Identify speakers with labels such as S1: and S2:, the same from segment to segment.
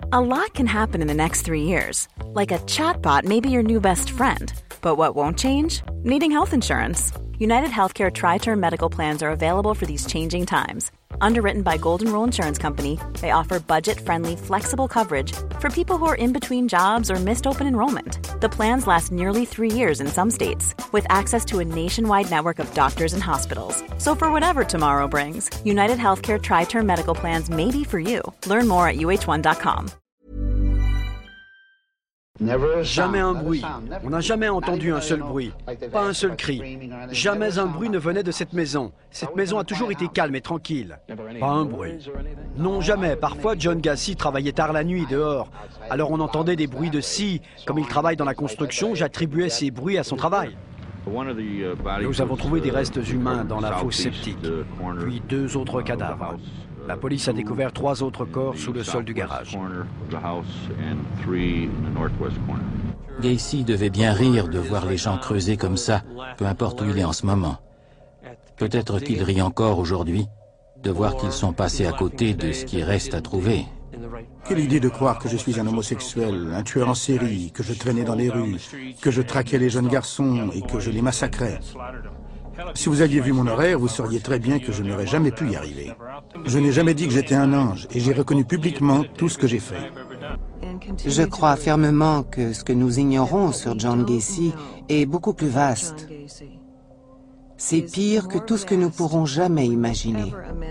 S1: A lot can happen in the next 3 years. Like a chatbot may be your new best friend. But what won't change? Needing health insurance. United Healthcare Tri-Term Medical Plans are available for these changing times. Underwritten by Golden Rule Insurance Company, they offer budget-friendly, flexible coverage for people who are in between jobs or missed open enrollment. The plans last nearly 3 years in some states, with access to a nationwide network of doctors and hospitals. So for whatever tomorrow brings, United Healthcare Tri-Term Medical Plans may be for you. Learn more at uh1.com.
S2: Jamais un bruit. On n'a jamais entendu un seul bruit. Pas un seul cri. Jamais un bruit ne venait de cette maison. Cette maison a toujours été calme et tranquille. Pas un bruit. Non, jamais. Parfois, John Gacy travaillait tard la nuit dehors. Alors on entendait des bruits de scie. Comme il travaille dans la construction, j'attribuais ces bruits à son travail. Nous avons trouvé des restes humains dans la fosse septique, puis 2 autres cadavres. La police a découvert 3 autres corps sous le sol du garage.
S3: Gacy devait bien rire de voir les gens creuser comme ça, peu importe où il est en ce moment. Peut-être qu'il rit encore aujourd'hui, de voir qu'ils sont passés à côté de ce qui reste à trouver.
S4: Quelle idée de croire que je suis un homosexuel, un tueur en série, que je traînais dans les rues, que je traquais les jeunes garçons et que je les massacrais. Si vous aviez vu mon horaire, vous sauriez très bien que je n'aurais jamais pu y arriver. Je n'ai jamais dit que j'étais un ange et j'ai reconnu publiquement tout ce que j'ai fait.
S5: Je crois fermement que ce que nous ignorons sur John Gacy est beaucoup plus vaste. C'est pire que tout ce que nous pourrons jamais imaginer.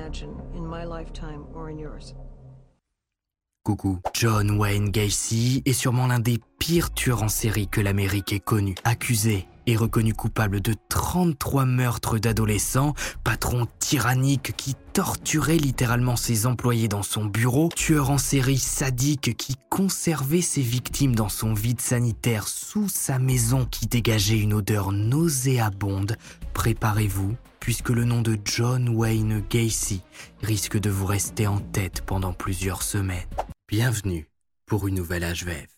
S6: Coucou. John Wayne Gacy est sûrement l'un des pires tueurs en série que l'Amérique ait connu. Accusé et reconnu coupable de 33 meurtres d'adolescents, patron tyrannique qui torturait littéralement ses employés dans son bureau, tueur en série sadique qui conservait ses victimes dans son vide sanitaire sous sa maison qui dégageait une odeur nauséabonde. Préparez-vous, puisque le nom de John Wayne Gacy risque de vous rester en tête pendant plusieurs semaines. Bienvenue pour une nouvelle HVF.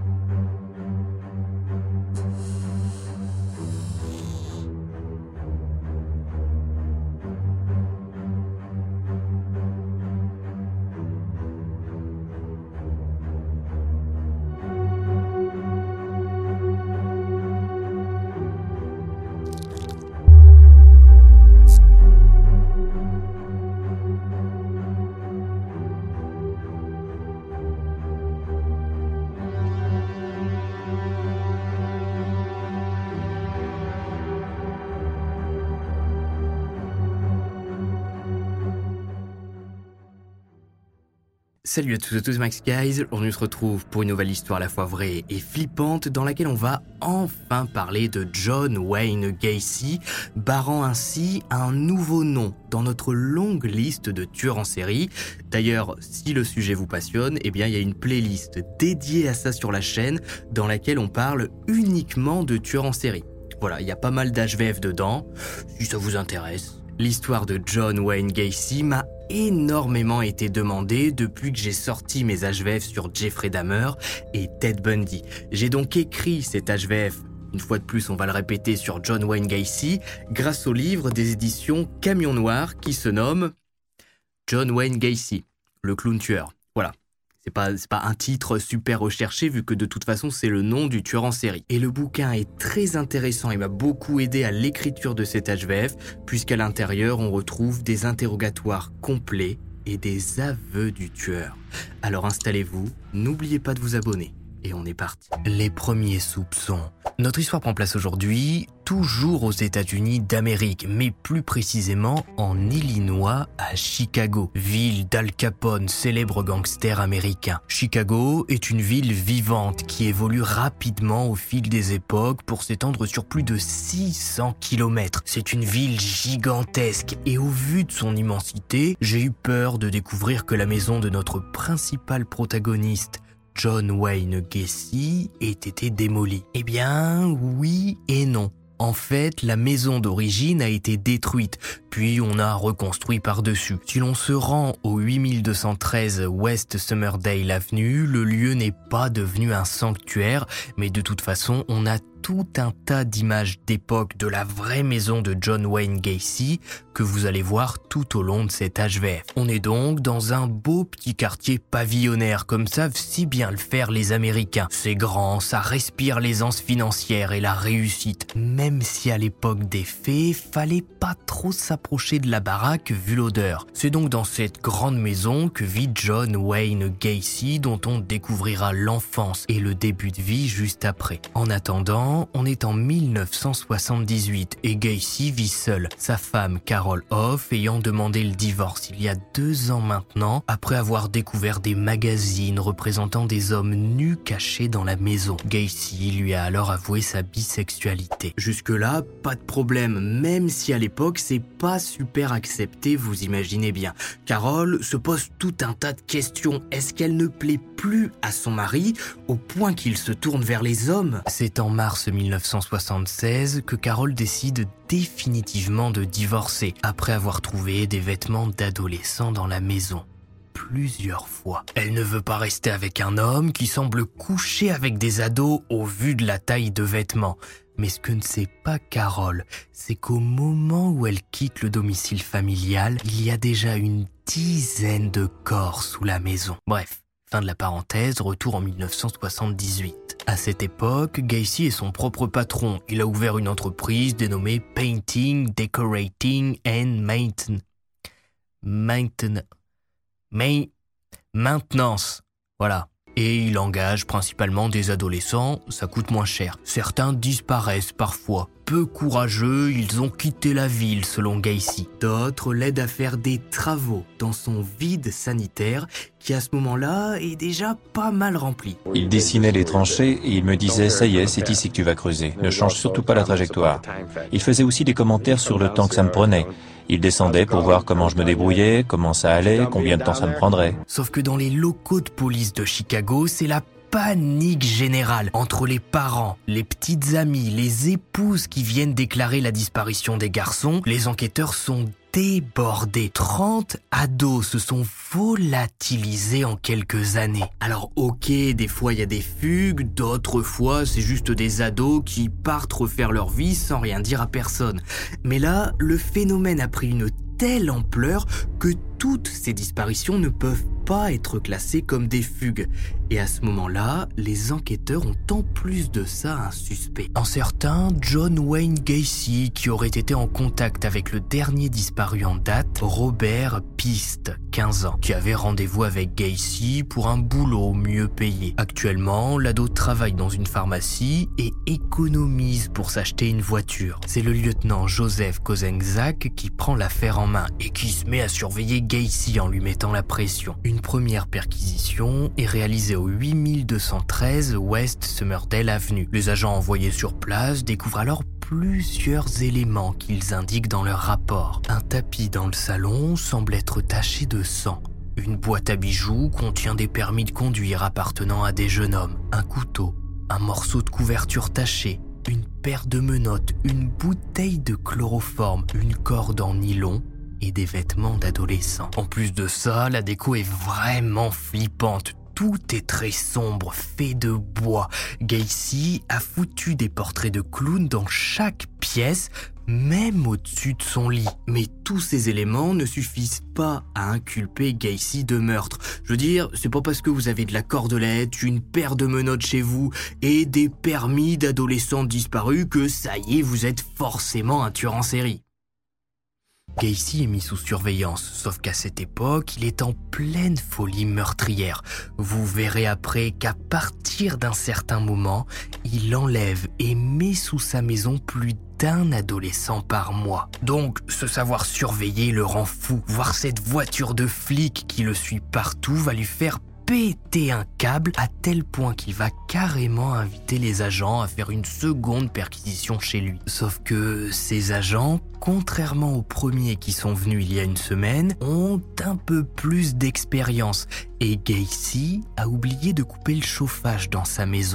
S6: Salut à tous et tous, Max Guys. On se retrouve pour une nouvelle histoire à la fois vraie et flippante dans laquelle on va enfin parler de John Wayne Gacy, barrant ainsi un nouveau nom dans notre longue liste de tueurs en série. D'ailleurs, si le sujet vous passionne, eh bien il y a une playlist dédiée à ça sur la chaîne dans laquelle on parle uniquement de tueurs en série. Voilà, il y a pas mal d'HVF dedans, si ça vous intéresse. L'histoire de John Wayne Gacy m'a énormément été demandée depuis que j'ai sorti mes HVF sur Jeffrey Dahmer et Ted Bundy. J'ai donc écrit cet HVF, une fois de plus on va le répéter, sur John Wayne Gacy, grâce au livre des éditions Camion Noir qui se nomme John Wayne Gacy, le clown tueur. Voilà. C'est pas un titre super recherché vu que de toute façon c'est le nom du tueur en série. Et le bouquin est très intéressant et m'a beaucoup aidé à l'écriture de cet HVF puisqu'à l'intérieur on retrouve des interrogatoires complets et des aveux du tueur. Alors installez-vous, n'oubliez pas de vous abonner. Et on est parti. Les premiers soupçons. Notre histoire prend place aujourd'hui, toujours aux États-Unis d'Amérique, mais plus précisément en Illinois, à Chicago, ville d'Al Capone, célèbre gangster américain. Chicago est une ville vivante qui évolue rapidement au fil des époques pour s'étendre sur plus de 600 km. C'est une ville gigantesque et au vu de son immensité, j'ai eu peur de découvrir que la maison de notre principal protagoniste, John Wayne Gacy, ait été démolie. Eh bien, oui et non. En fait, la maison d'origine a été détruite, puis on a reconstruit par-dessus. Si l'on se rend au 8213 West Summerdale Avenue, le lieu n'est pas devenu un sanctuaire, mais de toute façon, on a tout un tas d'images d'époque de la vraie maison de John Wayne Gacy que vous allez voir tout au long de cet HVF. On est donc dans un beau petit quartier pavillonnaire comme savent si bien le faire les Américains. C'est grand, ça respire l'aisance financière et la réussite. Même si à l'époque des faits, fallait pas trop s'approcher de la baraque vu l'odeur. C'est donc dans cette grande maison que vit John Wayne Gacy dont on découvrira l'enfance et le début de vie juste après. En attendant, on est en 1978 et Gacy vit seul, sa femme Carol Hoff ayant demandé le divorce il y a 2 ans maintenant après avoir découvert des magazines représentant des hommes nus cachés dans la maison. Gacy lui a alors avoué sa bisexualité. Jusque-là, pas de problème, même si à l'époque c'est pas super accepté, vous imaginez bien. Carol se pose tout un tas de questions. Est-ce qu'elle ne plaît plus à son mari au point qu'il se tourne vers les hommes? C'est en mars 1976 que Carol décide définitivement de divorcer après avoir trouvé des vêtements d'adolescents dans la maison. Plusieurs fois. Elle ne veut pas rester avec un homme qui semble coucher avec des ados au vu de la taille de vêtements. Mais ce que ne sait pas Carol, c'est qu'au moment où elle quitte le domicile familial, il y a déjà une dizaine de corps sous la maison. Bref, fin de la parenthèse, retour en 1978. À cette époque, Gacy est son propre patron. Il a ouvert une entreprise dénommée Painting, Decorating and Maintenance. Voilà. Et il engage principalement des adolescents, ça coûte moins cher. Certains disparaissent parfois. Peu courageux, ils ont quitté la ville selon Gacy. D'autres l'aident à faire des travaux dans son vide sanitaire qui à ce moment-là est déjà pas mal rempli.
S7: Il dessinait les tranchées et il me disait « ça y est, c'est ici que tu vas creuser, ne change surtout pas la trajectoire ». Il faisait aussi des commentaires sur le temps que ça me prenait. Il descendait pour voir comment je me débrouillais, comment ça allait, combien de temps ça me prendrait.
S6: Sauf que dans les locaux de police de Chicago, c'est la panique générale entre les parents, les petites amies, les épouses qui viennent déclarer la disparition des garçons. Les enquêteurs sont débordés. 30 ados se sont volatilisés en quelques années. Alors ok, des fois il y a des fugues, d'autres fois c'est juste des ados qui partent refaire leur vie sans rien dire à personne. Mais là, le phénomène a pris une telle ampleur que toutes ces disparitions ne peuvent pas être classées comme des fugues. Et à ce moment-là, les enquêteurs ont en plus de ça un suspect. Un certain John Wayne Gacy qui aurait été en contact avec le dernier disparu en date, Robert Piste, 15 ans, qui avait rendez-vous avec Gacy pour un boulot mieux payé. Actuellement, l'ado travaille dans une pharmacie et économise pour s'acheter une voiture. C'est le lieutenant Joseph Kozenzak qui prend l'affaire en main et qui se met à surveiller Gacy en lui mettant la pression. Une première perquisition est réalisée au 8213 West Summerdale Avenue. Les agents envoyés sur place découvrent alors plusieurs éléments qu'ils indiquent dans leur rapport. Un tapis dans le salon semble être taché de sang. Une boîte à bijoux contient des permis de conduire appartenant à des jeunes hommes. Un couteau, un morceau de couverture taché, une paire de menottes, une bouteille de chloroforme, une corde en nylon et des vêtements d'adolescents. En plus de ça, la déco est vraiment flippante. Tout est très sombre, fait de bois. Gacy a foutu des portraits de clowns dans chaque pièce, même au-dessus de son lit. Mais tous ces éléments ne suffisent pas à inculper Gacy de meurtre. Je veux dire, c'est pas parce que vous avez de la cordelette, une paire de menottes chez vous et des permis d'adolescents disparus que ça y est, vous êtes forcément un tueur en série. Gacy est mis sous surveillance, sauf qu'à cette époque, il est en pleine folie meurtrière. Vous verrez après qu'à partir d'un certain moment, il enlève et met sous sa maison plus d'un adolescent par mois. Donc, ce savoir surveiller le rend fou. Voir cette voiture de flic qui le suit partout va lui faire péter un câble à tel point qu'il va carrément inviter les agents à faire une seconde perquisition chez lui. Sauf que ces agents, contrairement aux premiers qui sont venus il y a une semaine, ont un peu plus d'expérience et Gacy a oublié de couper le chauffage dans sa maison.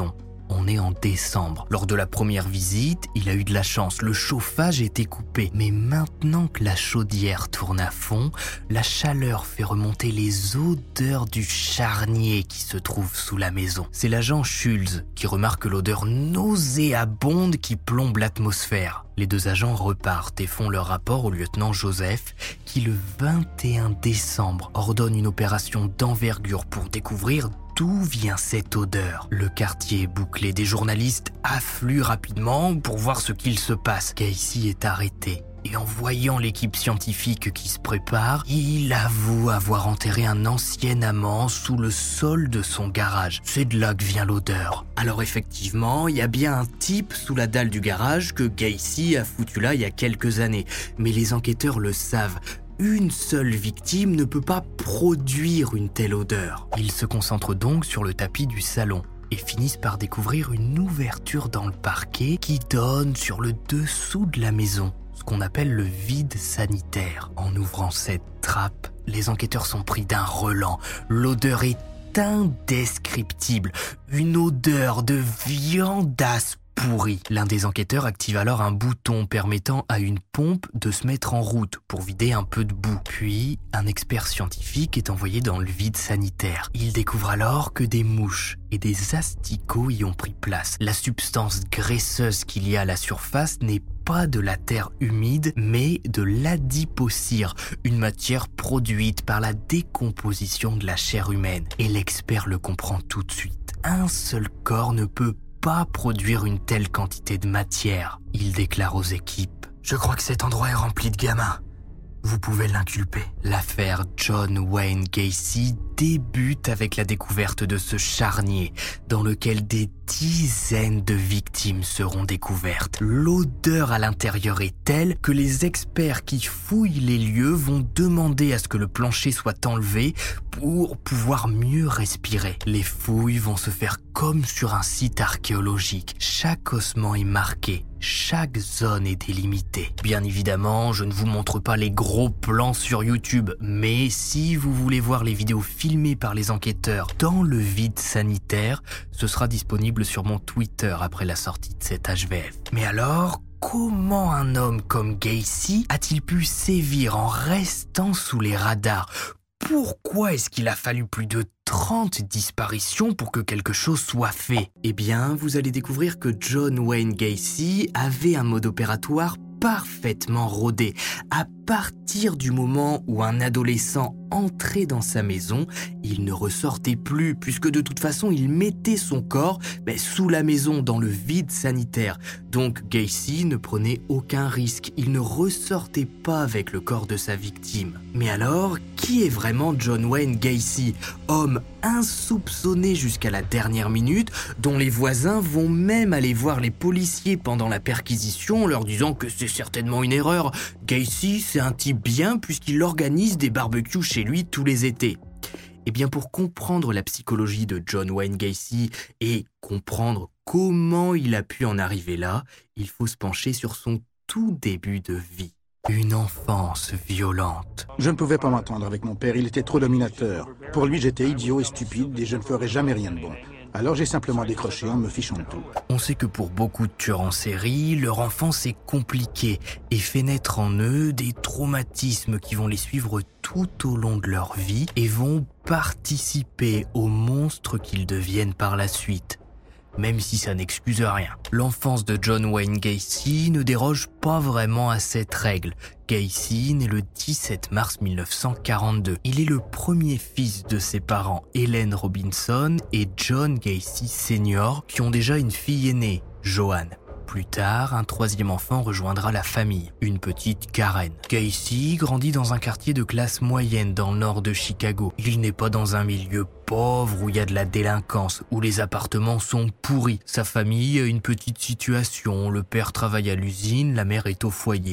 S6: On est en décembre. Lors de la première visite, il a eu de la chance. Le chauffage était coupé. Mais maintenant que la chaudière tourne à fond, la chaleur fait remonter les odeurs du charnier qui se trouve sous la maison. C'est l'agent Schultz qui remarque l'odeur nauséabonde qui plombe l'atmosphère. Les deux agents repartent et font leur rapport au lieutenant Joseph qui, le 21 décembre, ordonne une opération d'envergure pour découvrir d'où vient cette odeur. Le quartier est bouclé, des journalistes affluent rapidement pour voir ce qu'il se passe. Gacy est arrêté. Et en voyant l'équipe scientifique qui se prépare, il avoue avoir enterré un ancien amant sous le sol de son garage. C'est de là que vient l'odeur. Alors effectivement, il y a bien un type sous la dalle du garage que Gacy a foutu là il y a quelques années. Mais les enquêteurs le savent. Une seule victime ne peut pas produire une telle odeur. Ils se concentrent donc sur le tapis du salon et finissent par découvrir une ouverture dans le parquet qui donne sur le dessous de la maison, ce qu'on appelle le vide sanitaire. En ouvrant cette trappe, les enquêteurs sont pris d'un relent. L'odeur est indescriptible, une odeur de viandasse pourri. L'un des enquêteurs active alors un bouton permettant à une pompe de se mettre en route pour vider un peu de boue. Puis, un expert scientifique est envoyé dans le vide sanitaire. Il découvre alors que des mouches et des asticots y ont pris place. La substance graisseuse qu'il y a à la surface n'est pas de la terre humide, mais de l'adipocire, une matière produite par la décomposition de la chair humaine. Et l'expert le comprend tout de suite. Un seul corps ne peut pas produire une telle quantité de matière. Il déclare aux équipes « Je crois que cet endroit est rempli de gamins. Vous pouvez l'inculper. » L'affaire John Wayne Gacy débute avec la découverte de ce charnier dans lequel des dizaines de victimes seront découvertes. L'odeur à l'intérieur est telle que les experts qui fouillent les lieux vont demander à ce que le plancher soit enlevé pour pouvoir mieux respirer. Les fouilles vont se faire comme sur un site archéologique. Chaque ossement est marqué. Chaque zone est délimitée. Bien évidemment, je ne vous montre pas les gros plans sur YouTube, mais si vous voulez voir les vidéos filmées par les enquêteurs dans le vide sanitaire, ce sera disponible sur mon Twitter après la sortie de cet HVF. Mais alors, comment un homme comme Gacy a-t-il pu sévir en restant sous les radars ? Pourquoi est-ce qu'il a fallu plus de 30 disparitions pour que quelque chose soit fait ? Eh bien, vous allez découvrir que John Wayne Gacy avait un mode opératoire parfaitement rodé. À partir du moment où un adolescent entrait dans sa maison, il ne ressortait plus, puisque de toute façon, il mettait son corps sous la maison, dans le vide sanitaire. Donc Gacy ne prenait aucun risque, il ne ressortait pas avec le corps de sa victime. Mais alors, qui est vraiment John Wayne Gacy ? Homme insoupçonné jusqu'à la dernière minute, dont les voisins vont même aller voir les policiers pendant la perquisition, leur disant que c'est certainement une erreur. Gacy, c'est un type bien puisqu'il organise des barbecues chez lui tous les étés. Eh bien, pour comprendre la psychologie de John Wayne Gacy et comprendre comment il a pu en arriver là, il faut se pencher sur son tout début de vie. Une enfance violente.
S4: Je ne pouvais pas m'entendre avec mon père, il était trop dominateur. Pour lui, j'étais idiot et stupide et je ne ferais jamais rien de bon. Alors j'ai simplement décroché en me fichant de tout.
S6: On sait que pour beaucoup de tueurs en série, leur enfance est compliquée et fait naître en eux des traumatismes qui vont les suivre tout au long de leur vie et vont participer aux monstres qu'ils deviennent par la suite. Même si ça n'excuse rien. L'enfance de John Wayne Gacy ne déroge pas vraiment à cette règle. Gacy naît le 17 mars 1942. Il est le premier fils de ses parents, Helen Robinson et John Gacy Sr., qui ont déjà une fille aînée, Joanne. Plus tard, un troisième enfant rejoindra la famille, une petite Karen. Gacy grandit dans un quartier de classe moyenne dans le nord de Chicago. Il n'est pas dans un milieu pauvre où il y a de la délinquance, où les appartements sont pourris. Sa famille a une petite situation, le père travaille à l'usine, la mère est au foyer.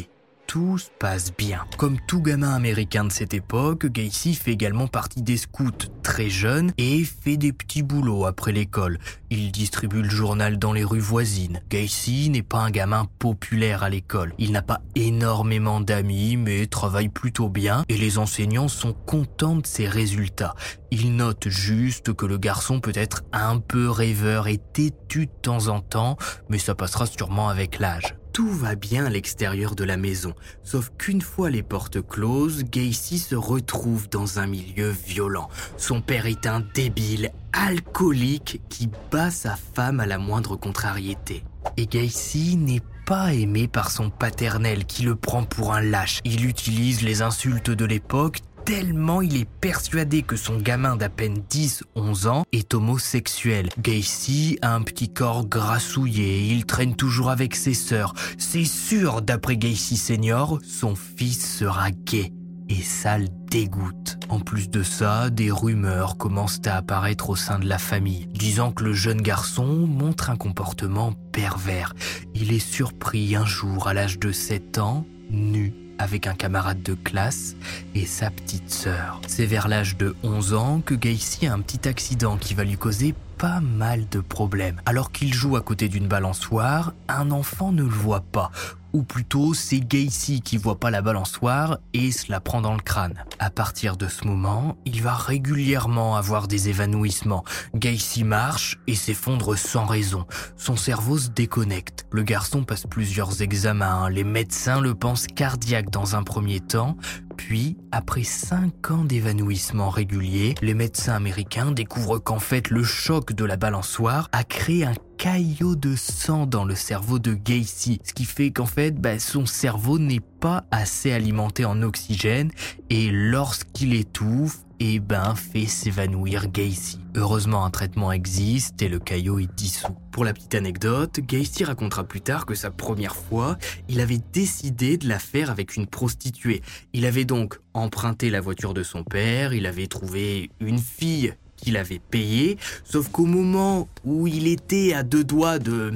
S6: tout se passe bien. Comme tout gamin américain de cette époque, Gacy fait également partie des scouts très jeune et fait des petits boulots après l'école. Il distribue le journal dans les rues voisines. Gacy n'est pas un gamin populaire à l'école. Il n'a pas énormément d'amis, mais travaille plutôt bien et les enseignants sont contents de ses résultats. Ils notent juste que le garçon peut être un peu rêveur et têtu de temps en temps, mais ça passera sûrement avec l'âge. Tout va bien à l'extérieur de la maison, sauf qu'une fois les portes closes, Gacy se retrouve dans un milieu violent. Son père est un débile, alcoolique, qui bat sa femme à la moindre contrariété. Et Gacy n'est pas aimé par son paternel qui le prend pour un lâche. Il utilise les insultes de l'époque tellement il est persuadé que son gamin d'à peine 10-11 ans est homosexuel. Gacy a un petit corps grassouillé, il traîne toujours avec ses sœurs. C'est sûr, d'après Gacy Senior, son fils sera gay. Et ça le dégoûte. En plus de ça, des rumeurs commencent à apparaître au sein de la famille, disant que le jeune garçon montre un comportement pervers. Il est surpris un jour, à l'âge de 7 ans, nu, avec un camarade de classe et sa petite sœur. C'est vers l'âge de 11 ans que Gacy a un petit accident qui va lui causer pas mal de problèmes. Alors qu'il joue à côté d'une balançoire, un enfant ne le voit pas. Ou plutôt, c'est Gacy qui voit pas la balançoire et se la prend dans le crâne. À partir de ce moment, il va régulièrement avoir des évanouissements. Gacy marche et s'effondre sans raison. Son cerveau se déconnecte. Le garçon passe plusieurs examens. Les médecins le pensent cardiaque dans un premier temps. Puis, après 5 ans d'évanouissement régulier, les médecins américains découvrent qu'en fait, le choc de la balançoire a créé un caillot de sang dans le cerveau de Gacy, ce qui fait qu'en fait, son cerveau n'est pas assez alimenté en oxygène et lorsqu'il étouffe, fait s'évanouir Gacy. Heureusement, un traitement existe et le caillot est dissous. Pour la petite anecdote, Gacy racontera plus tard que sa première fois, il avait décidé de la faire avec une prostituée. Il avait donc emprunté la voiture de son père, il avait trouvé une fille qu'il avait payée, sauf qu'au moment où il était à 2 doigts de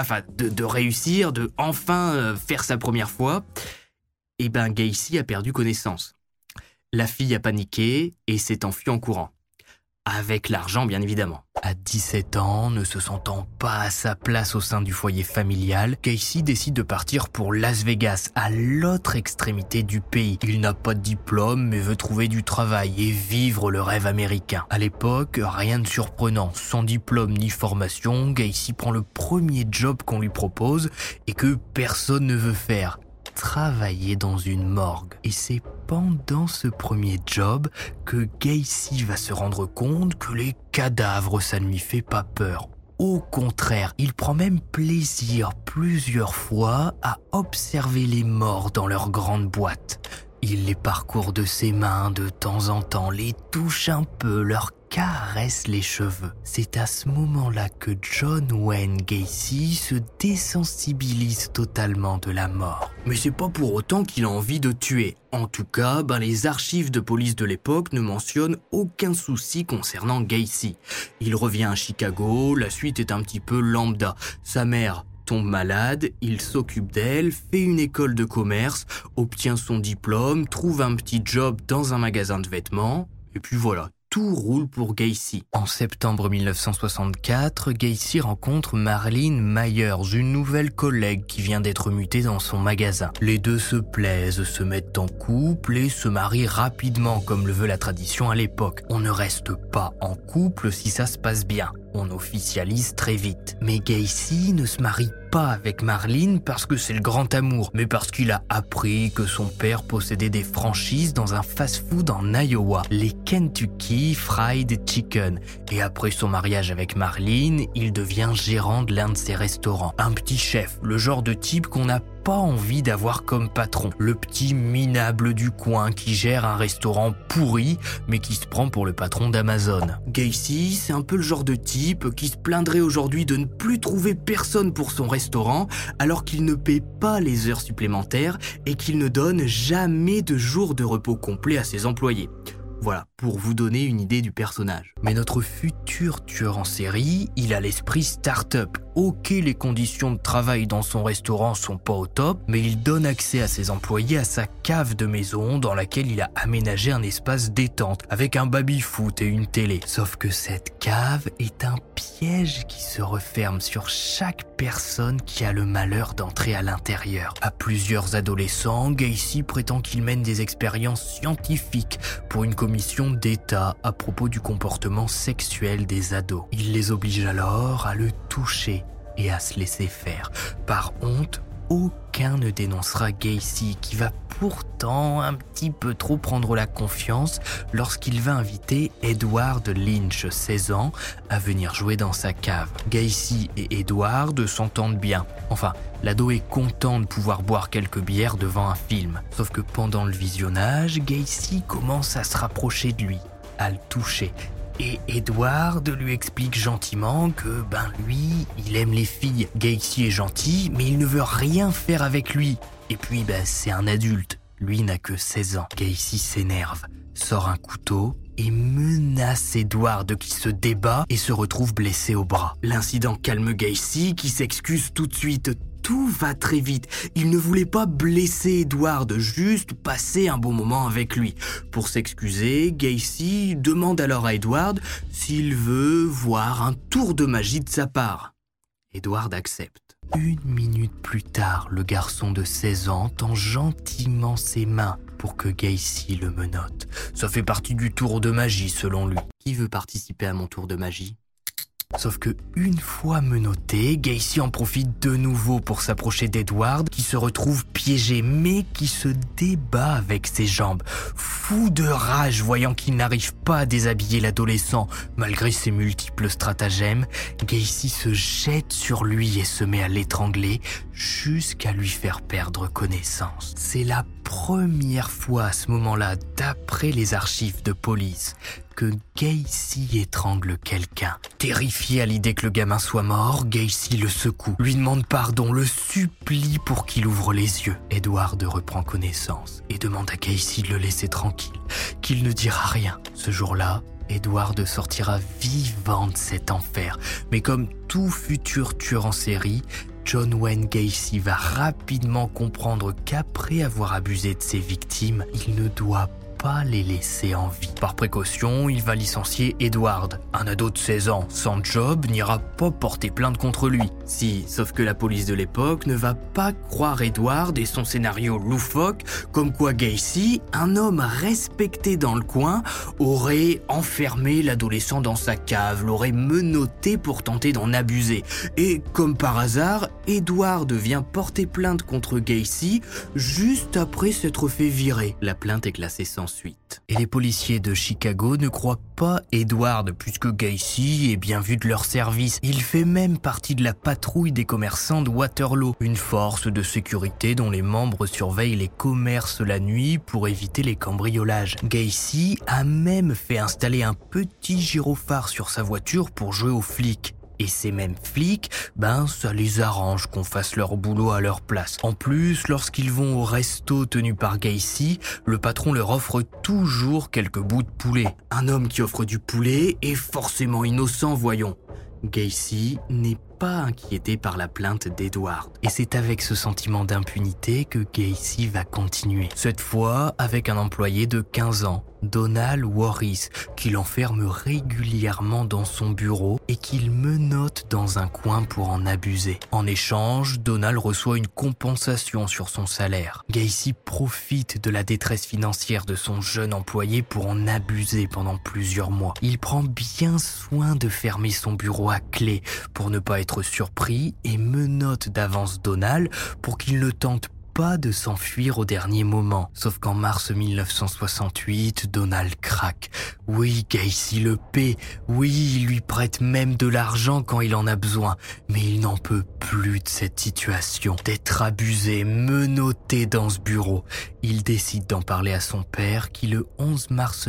S6: réussir, de enfin faire sa première fois, Gacy a perdu connaissance. La fille a paniqué et s'est enfuie en courant. Avec l'argent, bien évidemment. À 17 ans, ne se sentant pas à sa place au sein du foyer familial, Gacy décide de partir pour Las Vegas, à l'autre extrémité du pays. Il n'a pas de diplôme, mais veut trouver du travail et vivre le rêve américain. À l'époque, rien de surprenant. Sans diplôme ni formation, Gacy prend le premier job qu'on lui propose et que personne ne veut faire. Travailler dans une morgue. Et c'est pendant ce premier job que Gacy va se rendre compte que les cadavres, ça ne lui fait pas peur. Au contraire, il prend même plaisir plusieurs fois à observer les morts dans leur grande boîte. Il les parcourt de ses mains de temps en temps, les touche un peu, leur caresse les cheveux. C'est à ce moment-là que John Wayne Gacy se désensibilise totalement de la mort. Mais c'est pas pour autant qu'il a envie de tuer. En tout cas, les archives de police de l'époque ne mentionnent aucun souci concernant Gacy. Il revient à Chicago, la suite est un petit peu lambda. Sa mère tombe malade, il s'occupe d'elle, fait une école de commerce, obtient son diplôme, trouve un petit job dans un magasin de vêtements, et puis voilà. Tout roule pour Gacy. En septembre 1964, Gacy rencontre Marlene Myers, une nouvelle collègue qui vient d'être mutée dans son magasin. Les deux se plaisent, se mettent en couple et se marient rapidement comme le veut la tradition à l'époque. On ne reste pas en couple si ça se passe bien. On officialise très vite. Mais Gacy ne se marie pas avec Marlene parce que c'est le grand amour, mais parce qu'il a appris que son père possédait des franchises dans un fast-food en Iowa, les Kentucky Fried Chicken. Et après son mariage avec Marlene, il devient gérant de l'un de ses restaurants. Un petit chef, le genre de type qu'on n'a pas envie d'avoir comme patron. Le petit minable du coin qui gère un restaurant pourri, mais qui se prend pour le patron d'Amazon. Gacy, c'est un peu le genre de type qui se plaindrait aujourd'hui de ne plus trouver personne pour son restaurant, alors qu'il ne paie pas les heures supplémentaires et qu'il ne donne jamais de jours de repos complet à ses employés. Voilà, pour vous donner une idée du personnage. Mais notre futur tueur en série, il a l'esprit start-up. Ok, les conditions de travail dans son restaurant sont pas au top, mais il donne accès à ses employés à sa cave de maison dans laquelle il a aménagé un espace détente avec un baby-foot et une télé. Sauf que cette cave est un piège qui se referme sur chaque personne qui a le malheur d'entrer à l'intérieur. À plusieurs adolescents, Gacy prétend qu'il mène des expériences scientifiques pour une commission d'État à propos du comportement sexuel des ados. Il les oblige alors à le toucher et à se laisser faire. Par honte, aucun ne dénoncera Gacy, qui va pourtant un petit peu trop prendre la confiance lorsqu'il va inviter Edward Lynch, 16 ans, à venir jouer dans sa cave. Gacy et Edward s'entendent bien. Enfin, l'ado est content de pouvoir boire quelques bières devant un film. Sauf que pendant le visionnage, Gacy commence à se rapprocher de lui, à le toucher. Et Edward lui explique gentiment que, lui, il aime les filles. Gacy est gentil, mais il ne veut rien faire avec lui. Et puis, c'est un adulte. Lui n'a que 16 ans. Gacy s'énerve, sort un couteau et menace Edward qui se débat et se retrouve blessé au bras. L'incident calme Gacy qui s'excuse tout de suite. Tout va très vite. Il ne voulait pas blesser Edward, juste passer un bon moment avec lui. Pour s'excuser, Gacy demande alors à Edward s'il veut voir un tour de magie de sa part. Edward accepte. 1 minute plus tard, le garçon de 16 ans tend gentiment ses mains pour que Gacy le menotte. Ça fait partie du tour de magie selon lui. Qui veut participer à mon tour de magie ? Sauf que une fois menotté, Gacy en profite de nouveau pour s'approcher d'Edward qui se retrouve piégé mais qui se débat avec ses jambes. Fou de rage voyant qu'il n'arrive pas à déshabiller l'adolescent malgré ses multiples stratagèmes, Gacy se jette sur lui et se met à l'étrangler jusqu'à lui faire perdre connaissance. C'est la première fois à ce moment-là, d'après les archives de police, que Gacy étrangle quelqu'un. Terrifié à l'idée que le gamin soit mort, Gacy le secoue, lui demande pardon, le supplie pour qu'il ouvre les yeux. Edward reprend connaissance et demande à Gacy de le laisser tranquille, qu'il ne dira rien. Ce jour-là, Edward sortira vivant de cet enfer. Mais comme tout futur tueur en série, John Wayne Gacy va rapidement comprendre qu'après avoir abusé de ses victimes, il ne doit pas les laisser en vie. Par précaution, il va licencier Edward. Un ado de 16 ans, sans job, n'ira pas porter plainte contre lui. Si, sauf que la police de l'époque ne va pas croire Edward et son scénario loufoque, comme quoi Gacy, un homme respecté dans le coin, aurait enfermé l'adolescent dans sa cave, l'aurait menotté pour tenter d'en abuser. Et comme par hasard, Edward vient porter plainte contre Gacy juste après s'être fait virer. La plainte est classée sans suite. Et les policiers de Chicago ne croient pas Edward puisque Gacy est bien vu de leur service. Il fait même partie de la patrouille des commerçants de Waterloo, une force de sécurité dont les membres surveillent les commerces la nuit pour éviter les cambriolages. Gacy a même fait installer un petit gyrophare sur sa voiture pour jouer aux flics. Et ces mêmes flics, ça les arrange qu'on fasse leur boulot à leur place. En plus, lorsqu'ils vont au resto tenu par Gacy, le patron leur offre toujours quelques bouts de poulet. Un homme qui offre du poulet est forcément innocent, voyons. Gacy n'est pas inquiété par la plainte d'Edward. Et c'est avec ce sentiment d'impunité que Gacy va continuer. Cette fois avec un employé de 15 ans, Donald Warris, qui l'enferme régulièrement dans son bureau et qu'il menotte dans un coin pour en abuser. En échange, Donald reçoit une compensation sur son salaire. Gacy profite de la détresse financière de son jeune employé pour en abuser pendant plusieurs mois. Il prend bien soin de fermer son bureau à clé pour ne pas être surpris et menotte d'avance Donald pour qu'il ne tente pas de s'enfuir au dernier moment. Sauf qu'en mars 1968, Donald craque. Oui, Gacy le paie. Oui, il lui prête même de l'argent quand il en a besoin. Mais il n'en peut plus de cette situation, d'être abusé, menotté dans ce bureau. Il décide d'en parler à son père qui, le 11 mars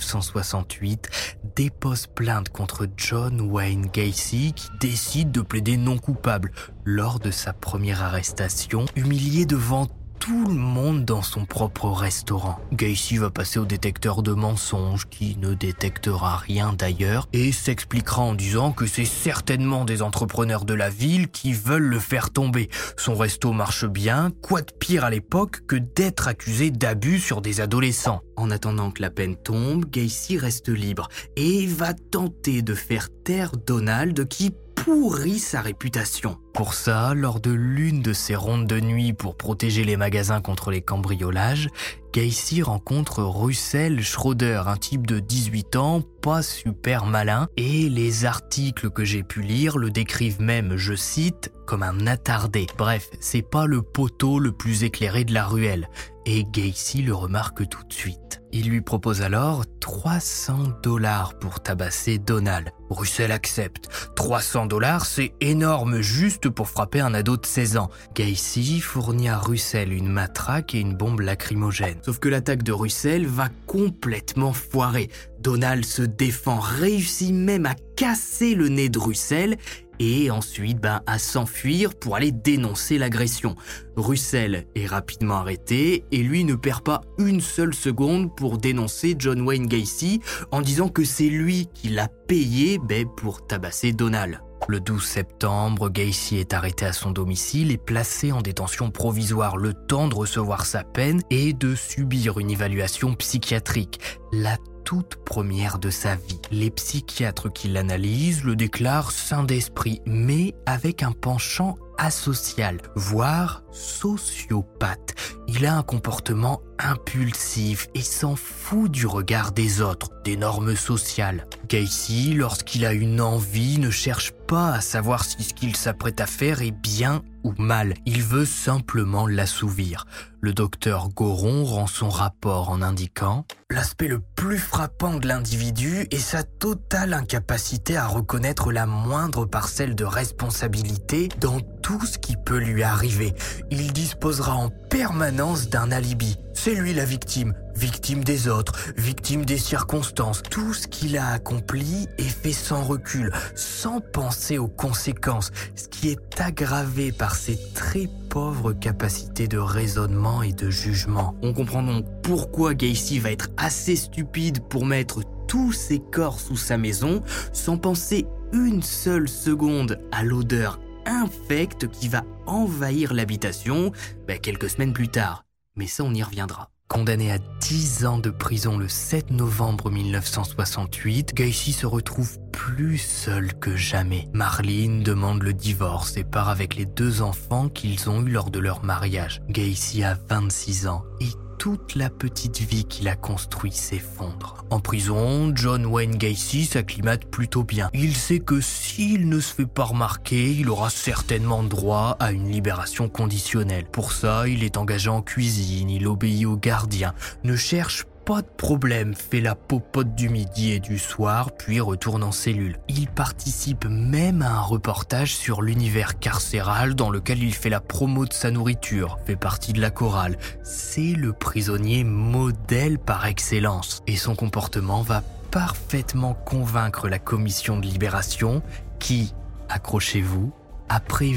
S6: 1968, dépose plainte contre John Wayne Gacy qui décide de plaider non coupable lors de sa première arrestation, humilié devant tout le monde dans son propre restaurant. Gacy va passer au détecteur de mensonges qui ne détectera rien d'ailleurs et s'expliquera en disant que c'est certainement des entrepreneurs de la ville qui veulent le faire tomber. Son resto marche bien, quoi de pire à l'époque que d'être accusé d'abus sur des adolescents. En attendant que la peine tombe, Gacy reste libre et va tenter de faire taire Donald qui pourrit sa réputation. Pour ça, lors de l'une de ses rondes de nuit pour protéger les magasins contre les cambriolages, Gacy rencontre Russell Schroeder, un type de 18 ans, pas super malin, et les articles que j'ai pu lire le décrivent même, je cite, comme un attardé. Bref, c'est pas le poteau le plus éclairé de la ruelle, et Gacy le remarque tout de suite. Il lui propose alors $300 pour tabasser Donald. Russell accepte. $300, c'est énorme juste pour frapper un ado de 16 ans. Gacy fournit à Russell une matraque et une bombe lacrymogène. Sauf que l'attaque de Russell va complètement foirer. Donald se défend, réussit même à casser le nez de Russell et ensuite à s'enfuir pour aller dénoncer l'agression. Russell est rapidement arrêté et lui ne perd pas une seule seconde pour dénoncer John Wayne Gacy en disant que c'est lui qui l'a payé pour tabasser Donald. Le 12 septembre, Gacy est arrêté à son domicile et placé en détention provisoire le temps de recevoir sa peine et de subir une évaluation psychiatrique. La toute première de sa vie. Les psychiatres qui l'analysent le déclarent sain d'esprit, mais avec un penchant asocial, voire sociopathe. Il a un comportement impulsif et s'en fout du regard des autres, des normes sociales. Gacy, lorsqu'il a une envie, ne cherche pas à savoir si ce qu'il s'apprête à faire est bien ou mal. Il veut simplement l'assouvir. Le docteur Goron rend son rapport en indiquant « L'aspect le plus frappant de l'individu est sa totale incapacité à reconnaître la moindre parcelle de responsabilité dans tout ce qui peut lui arriver. Il disposera en permanence d'un alibi. C'est lui la victime, victime des autres, victime des circonstances. Tout ce qu'il a accompli est fait sans recul, sans penser aux conséquences, ce qui est aggravé par ses très pauvres capacités de raisonnement et de jugement. » On comprend donc pourquoi Gacy va être assez stupide pour mettre tous ses corps sous sa maison sans penser une seule seconde à l'odeur infecte qui va envahir l'habitation quelques semaines plus tard. Mais ça, on y reviendra. Condamné à 10 ans de prison le 7 novembre 1968, Gacy se retrouve plus seul que jamais. Marlene demande le divorce et part avec les 2 enfants qu'ils ont eus lors de leur mariage. Gacy a 26 ans et toute la petite vie qu'il a construite s'effondre. En prison, John Wayne Gacy s'acclimate plutôt bien. Il sait que s'il ne se fait pas remarquer, il aura certainement droit à une libération conditionnelle. Pour ça, il est engagé en cuisine, il obéit aux gardiens, ne cherche pas de problème, fait la popote du midi et du soir, puis retourne en cellule. Il participe même à un reportage sur l'univers carcéral dans lequel il fait la promo de sa nourriture, fait partie de la chorale. C'est le prisonnier modèle par excellence. Et son comportement va parfaitement convaincre la commission de libération qui, accrochez-vous, après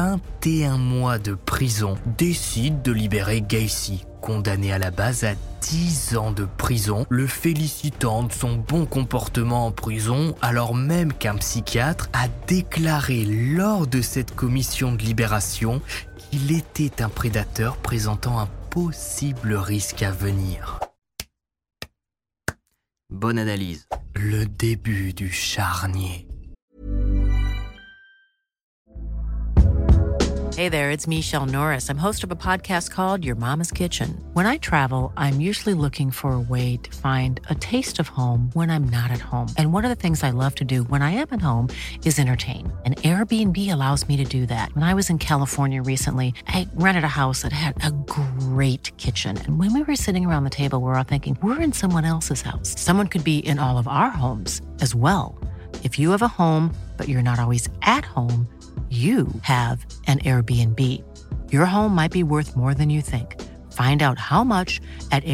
S6: 21 mois de prison, décide de libérer Gacy, condamné à la base à 10 ans de prison, le félicitant de son bon comportement en prison, alors même qu'un psychiatre a déclaré lors de cette commission de libération qu'il était un prédateur présentant un possible risque à venir. Bonne analyse. Le début du charnier.
S8: Hey there, it's Michelle Norris. I'm host of a podcast called Your Mama's Kitchen. When I travel, I'm usually looking for a way to find a taste of home when I'm not at home. And one of the things I love to do when I am at home is entertain. And Airbnb allows me to do that. When I was in California recently, I rented a house that had a great kitchen. And when we were sitting around the table, we were all thinking, we're in someone else's house. Someone could be in all of our homes as well. If you have a home, but you're not always at home, you have an Airbnb. Your home might be worth more than you think. Find out how much at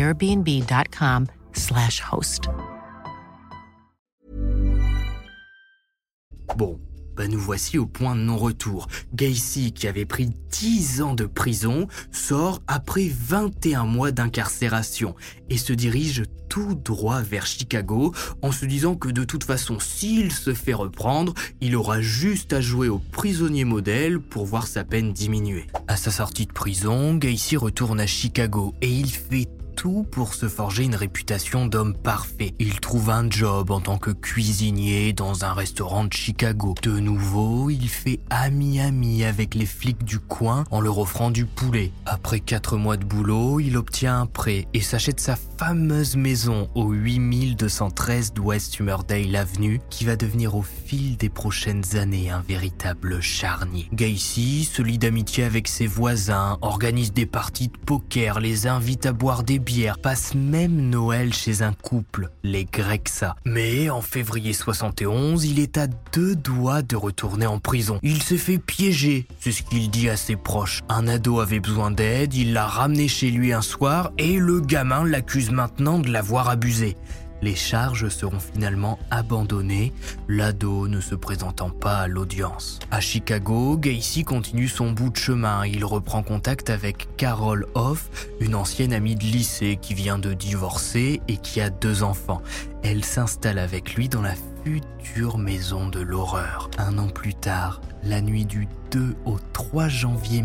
S8: airbnb.com/host.
S6: Bon, Nous voici au point de non-retour. Gacy, qui avait pris 10 ans de prison, sort après 21 mois d'incarcération et se dirige tout droit vers Chicago en se disant que de toute façon, s'il se fait reprendre, il aura juste à jouer au prisonnier modèle pour voir sa peine diminuer. À sa sortie de prison, Gacy retourne à Chicago et il fait tout pour se forger une réputation d'homme parfait. Il trouve un job en tant que cuisinier dans un restaurant de Chicago. De nouveau, il fait ami-ami avec les flics du coin en leur offrant du poulet. Après 4 mois de boulot, il obtient un prêt et s'achète sa fameuse maison au 8213 d'West Summersdale Avenue qui va devenir au fil des prochaines années un véritable charnier. Gacy se lie d'amitié avec ses voisins, organise des parties de poker, les invite à boire des bières, passe même Noël chez un couple, les Grexa. Mais en février 71, il est à 2 doigts de retourner en prison. Il s'est fait piéger, c'est ce qu'il dit à ses proches. Un ado avait besoin d'aide, il l'a ramené chez lui un soir et le gamin l'accuse maintenant de l'avoir abusé. Les charges seront finalement abandonnées, l'ado ne se présentant pas à l'audience. À Chicago, Gacy continue son bout de chemin. Il reprend contact avec Carol Hoff, une ancienne amie de lycée qui vient de divorcer et qui a 2 enfants. Elle s'installe avec lui dans la future maison de l'horreur. 1 an plus tard, la nuit du 2 au 3 janvier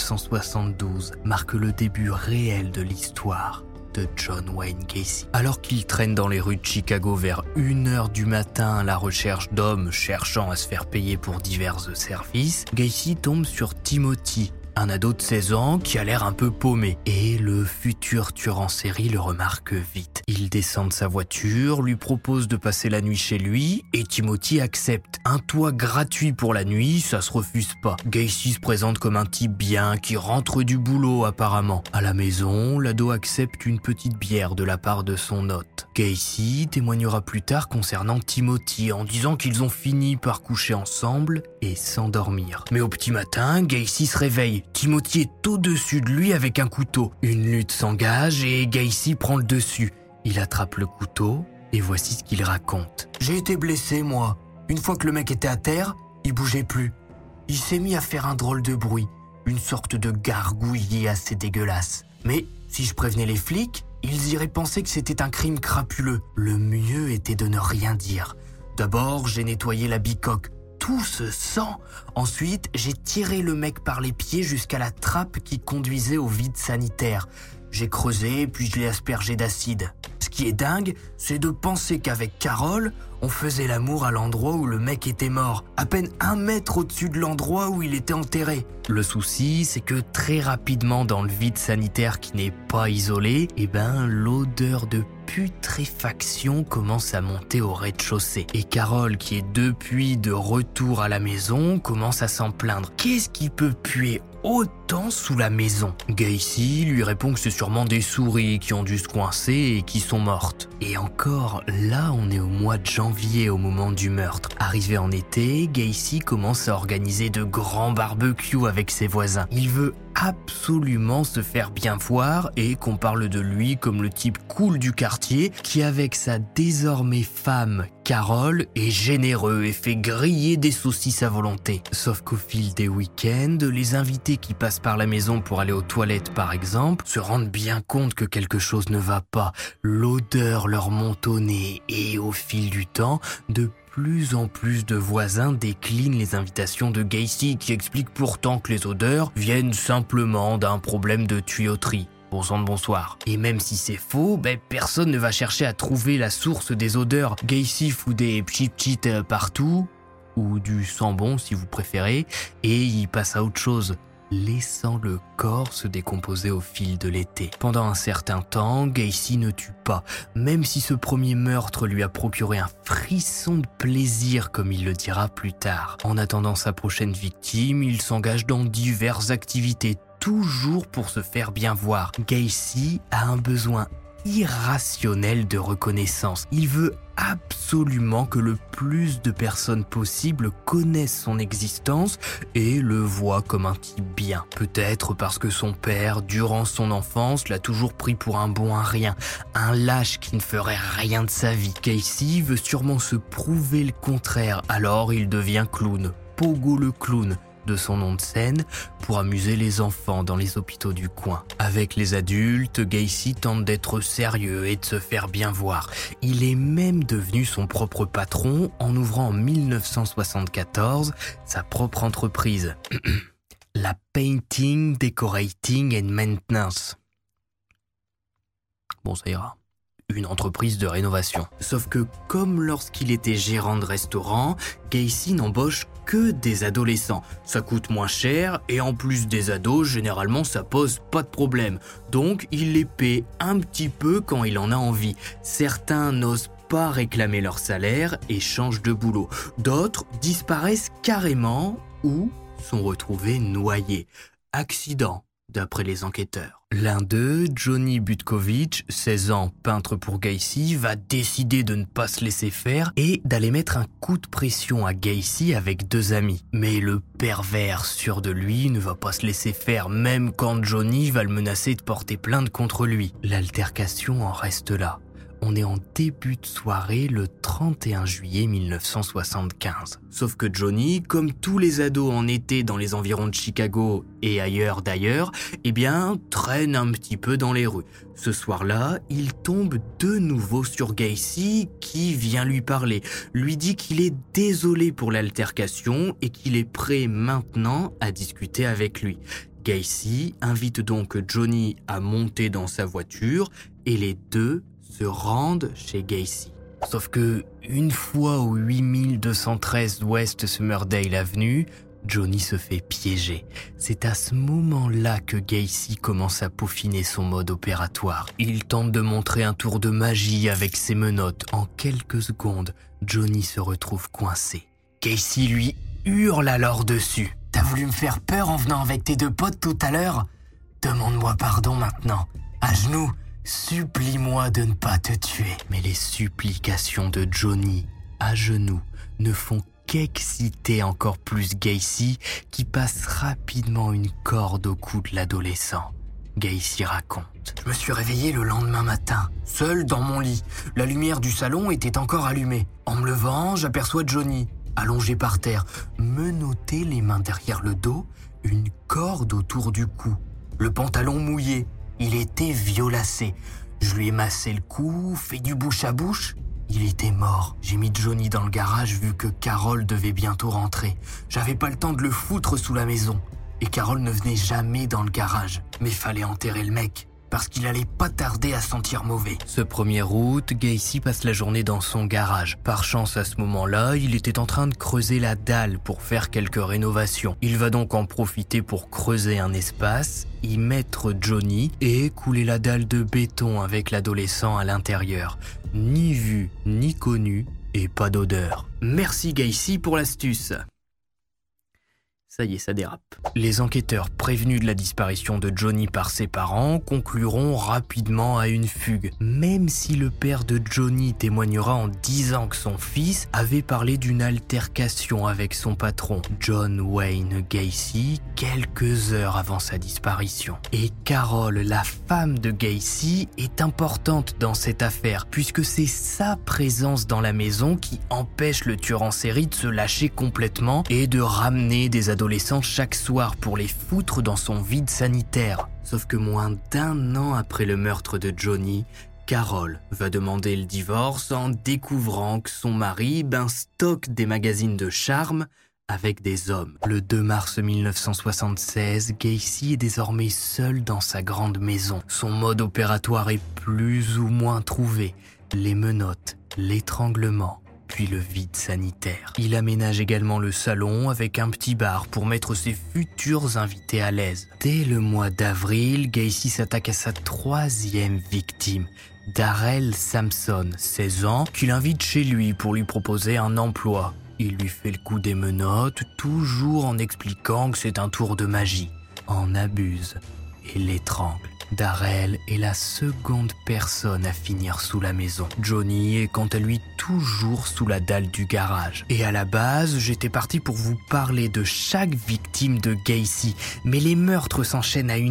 S6: 1972 marque le début réel de l'histoire de John Wayne Gacy. Alors qu'il traîne dans les rues de Chicago vers 1h du matin à la recherche d'hommes cherchant à se faire payer pour divers services, Gacy tombe sur Timothy, un ado de 16 ans qui a l'air un peu paumé. Et le futur tueur en série le remarque vite. Il descend de sa voiture, lui propose de passer la nuit chez lui et Timothy accepte. Un toit gratuit pour la nuit, ça se refuse pas. Gacy se présente comme un type bien qui rentre du boulot apparemment. À la maison, l'ado accepte une petite bière de la part de son hôte. Gacy témoignera plus tard concernant Timothy en disant qu'ils ont fini par coucher ensemble et s'endormir. Mais au petit matin, Gacy se réveille. Timothy est au-dessus de lui avec un couteau. Une lutte s'engage et Gacy prend le dessus. Il attrape le couteau et voici ce qu'il raconte. « J'ai été blessé, moi. Une fois que le mec était à terre, il bougeait plus. Il s'est mis à faire un drôle de bruit, une sorte de gargouillis assez dégueulasse. Mais si je prévenais les flics, ils iraient penser que c'était un crime crapuleux. Le mieux était de ne rien dire. D'abord, j'ai nettoyé la bicoque. Tout ce sang. Ensuite, j'ai tiré le mec par les pieds jusqu'à la trappe qui conduisait au vide sanitaire. J'ai creusé, puis je l'ai aspergé d'acide. Ce qui est dingue, c'est de penser qu'avec Carole, on faisait l'amour à l'endroit où le mec était mort, à peine 1 mètre au-dessus de l'endroit où il était enterré. Le souci, c'est que très rapidement dans le vide sanitaire qui n'est pas isolé, l'odeur de putréfaction commence à monter au rez-de-chaussée. Et Carole, qui est depuis de retour à la maison, commence à s'en plaindre. Qu'est-ce qui peut puer autant sous la maison? Gacy lui répond que c'est sûrement des souris qui ont dû se coincer et qui sont mortes. Et encore, là on est au mois de janvier au moment du meurtre. Arrivé en été, Gacy commence à organiser de grands barbecues avec ses voisins. Il veut absolument se faire bien voir et qu'on parle de lui comme le type cool du quartier qui, avec sa désormais femme Carole, est généreux et fait griller des saucisses à volonté. Sauf qu'au fil des week-ends, les invités qui passent par la maison pour aller aux toilettes par exemple se rendent bien compte que quelque chose ne va pas. L'odeur leur monte au nez et au fil du temps, de plus en plus de voisins déclinent les invitations de Gacy qui explique pourtant que les odeurs viennent simplement d'un problème de tuyauterie. Bon sang de bonsoir. Et même si c'est faux, personne ne va chercher à trouver la source des odeurs. Gacy fout des pchit-pchit partout, ou du sang-bon si vous préférez, et il passe à autre chose, laissant le corps se décomposer au fil de l'été. Pendant un certain temps, Gacy ne tue pas, même si ce premier meurtre lui a procuré un frisson de plaisir, comme il le dira plus tard. En attendant sa prochaine victime, il s'engage dans diverses activités, toujours pour se faire bien voir. Gacy a un besoin irrationnel de reconnaissance. Il veut absolument que le plus de personnes possible connaissent son existence et le voient comme un type bien. Peut-être parce que son père, durant son enfance, l'a toujours pris pour un bon à rien, un lâche qui ne ferait rien de sa vie. Gacy veut sûrement se prouver le contraire, alors il devient clown. Pogo le clown de son nom de scène pour amuser les enfants dans les hôpitaux du coin. Avec les adultes, Gacy tente d'être sérieux et de se faire bien voir. Il est même devenu son propre patron en ouvrant en 1974 sa propre entreprise, la Painting, Decorating and Maintenance. Bon, ça ira. Une entreprise de rénovation. Sauf que, comme lorsqu'il était gérant de restaurant, Gacy n'embauche que des adolescents. Ça coûte moins cher et en plus des ados, généralement ça pose pas de problème. Donc il les paie un petit peu quand il en a envie. Certains n'osent pas réclamer leur salaire et changent de boulot. D'autres disparaissent carrément ou sont retrouvés noyés. Accident, d'après les enquêteurs. L'un d'eux, Johnny Butkovich, 16 ans, peintre pour Gacy, va décider de ne pas se laisser faire et d'aller mettre un coup de pression à Gacy avec 2 amis. Mais le pervers, sûr de lui, ne va pas se laisser faire, même quand Johnny va le menacer de porter plainte contre lui. L'altercation en reste là. On est en début de soirée le 31 juillet 1975. Sauf que Johnny, comme tous les ados en été dans les environs de Chicago et ailleurs d'ailleurs, traîne un petit peu dans les rues. Ce soir-là, il tombe de nouveau sur Gacy qui vient lui parler, lui dit qu'il est désolé pour l'altercation et qu'il est prêt maintenant à discuter avec lui. Gacy invite donc Johnny à monter dans sa voiture et les deux se rendent chez Gacy. Sauf que, une fois au 8213 West Summerdale Avenue, Johnny se fait piéger. C'est à ce moment-là que Gacy commence à peaufiner son mode opératoire. Il tente de montrer un tour de magie avec ses menottes. En quelques secondes, Johnny se retrouve coincé. Gacy lui hurle alors dessus. « T'as voulu me faire peur en venant avec tes 2 potes tout à l'heure ? Demande-moi pardon maintenant. À genoux. Supplie-moi de ne pas te tuer. » Mais les supplications de Johnny, à genoux, ne font qu'exciter encore plus Gacy, qui passe rapidement une corde au cou de l'adolescent. Gacy raconte. « Je me suis réveillé le lendemain matin, seul dans mon lit. La lumière du salon était encore allumée. En me levant, j'aperçois Johnny, allongé par terre, menotté les mains derrière le dos, une corde autour du cou, le pantalon mouillé. Il était violacé. Je lui ai massé le cou, fait du bouche à bouche. Il était mort. J'ai mis Johnny dans le garage vu que Carole devait bientôt rentrer. J'avais pas le temps de le foutre sous la maison. Et Carole ne venait jamais dans le garage. Mais fallait enterrer le mec, parce qu'il allait pas tarder à sentir mauvais. Ce 1er août, Gacy passe la journée dans son garage. Par chance, à ce moment-là, il était en train de creuser la dalle pour faire quelques rénovations. Il va donc en profiter pour creuser un espace, y mettre Johnny et couler la dalle de béton avec l'adolescent à l'intérieur. Ni vu, ni connu et pas d'odeur. Merci Gacy pour l'astuce. Ça y est, ça dérape. Les enquêteurs prévenus de la disparition de Johnny par ses parents concluront rapidement à une fugue. Même si le père de Johnny témoignera en disant que son fils avait parlé d'une altercation avec son patron, John Wayne Gacy, quelques heures avant sa disparition. Et Carole, la femme de Gacy, est importante dans cette affaire, puisque c'est sa présence dans la maison qui empêche le tueur en série de se lâcher complètement et de ramener des adolescents chaque soir pour les foutre dans son vide sanitaire. Sauf que moins d'1 an après le meurtre de Johnny, Carole va demander le divorce en découvrant que son mari stocke des magazines de charme avec des hommes. Le 2 mars 1976, Gacy est désormais seul dans sa grande maison. Son mode opératoire est plus ou moins trouvé. Les menottes, l'étranglement, puis le vide sanitaire. Il aménage également le salon avec un petit bar pour mettre ses futurs invités à l'aise. Dès le mois d'avril, Gacy s'attaque à sa 3e victime, Darrell Sampson, 16 ans, qu'il invite chez lui pour lui proposer un emploi. Il lui fait le coup des menottes, toujours en expliquant que c'est un tour de magie. En abuse et l'étrangle. Darrell est la seconde personne à finir sous la maison. Johnny est quant à lui toujours sous la dalle du garage. Et à la base, j'étais parti pour vous parler de chaque victime de Gacy, mais les meurtres s'enchaînent à une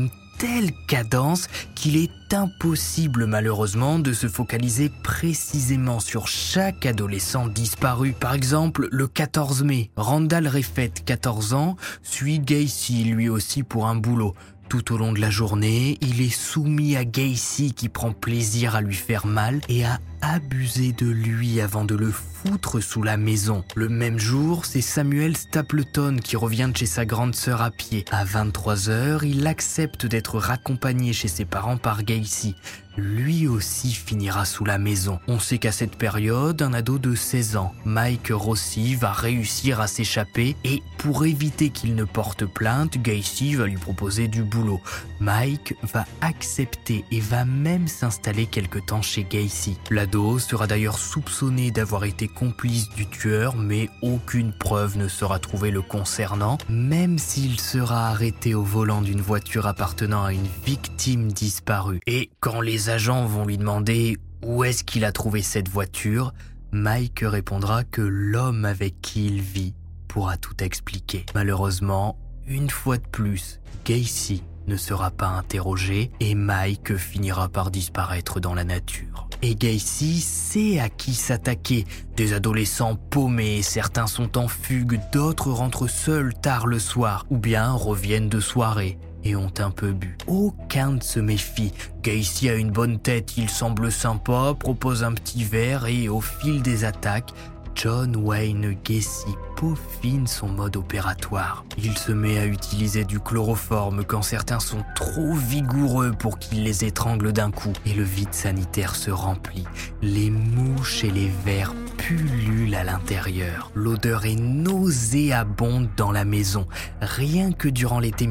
S6: telle cadence qu'il est impossible malheureusement de se focaliser précisément sur chaque adolescent disparu. Par exemple, le 14 mai, Randall Reffett, 14 ans, suit Gacy lui aussi pour un boulot. Tout au long de la journée, il est soumis à Gacy qui prend plaisir à lui faire mal et à abuser de lui avant de le foutre sous la maison. Le même jour, c'est Samuel Stapleton qui revient de chez sa grande sœur à pied. À 23h, il accepte d'être raccompagné chez ses parents par Gacy. Lui aussi finira sous la maison. On sait qu'à cette période, un ado de 16 ans, Mike Rossi, va réussir à s'échapper et pour éviter qu'il ne porte plainte, Gacy va lui proposer du boulot. Mike va accepter et va même s'installer quelque temps chez Gacy. L'ado sera d'ailleurs soupçonné d'avoir été complice du tueur, mais aucune preuve ne sera trouvée le concernant, même s'il sera arrêté au volant d'une voiture appartenant à une victime disparue. Et quand les agents vont lui demander où est-ce qu'il a trouvé cette voiture, Mike répondra que l'homme avec qui il vit pourra tout expliquer. Malheureusement, une fois de plus, Gacy ne sera pas interrogé et Mike finira par disparaître dans la nature. Et Gacy sait à qui s'attaquer. Des adolescents paumés, certains sont en fugue, d'autres rentrent seuls tard le soir, ou bien reviennent de soirée et ont un peu bu. Aucun ne se méfie. Gacy a une bonne tête, il semble sympa, propose un petit verre et au fil des attaques, John Wayne Gacy peaufine son mode opératoire. Il se met à utiliser du chloroforme quand certains sont trop vigoureux pour qu'il les étrangle d'un coup. Et le vide sanitaire se remplit. Les mouches et les vers pullulent à l'intérieur. L'odeur est nauséabonde dans la maison. Rien que durant l'été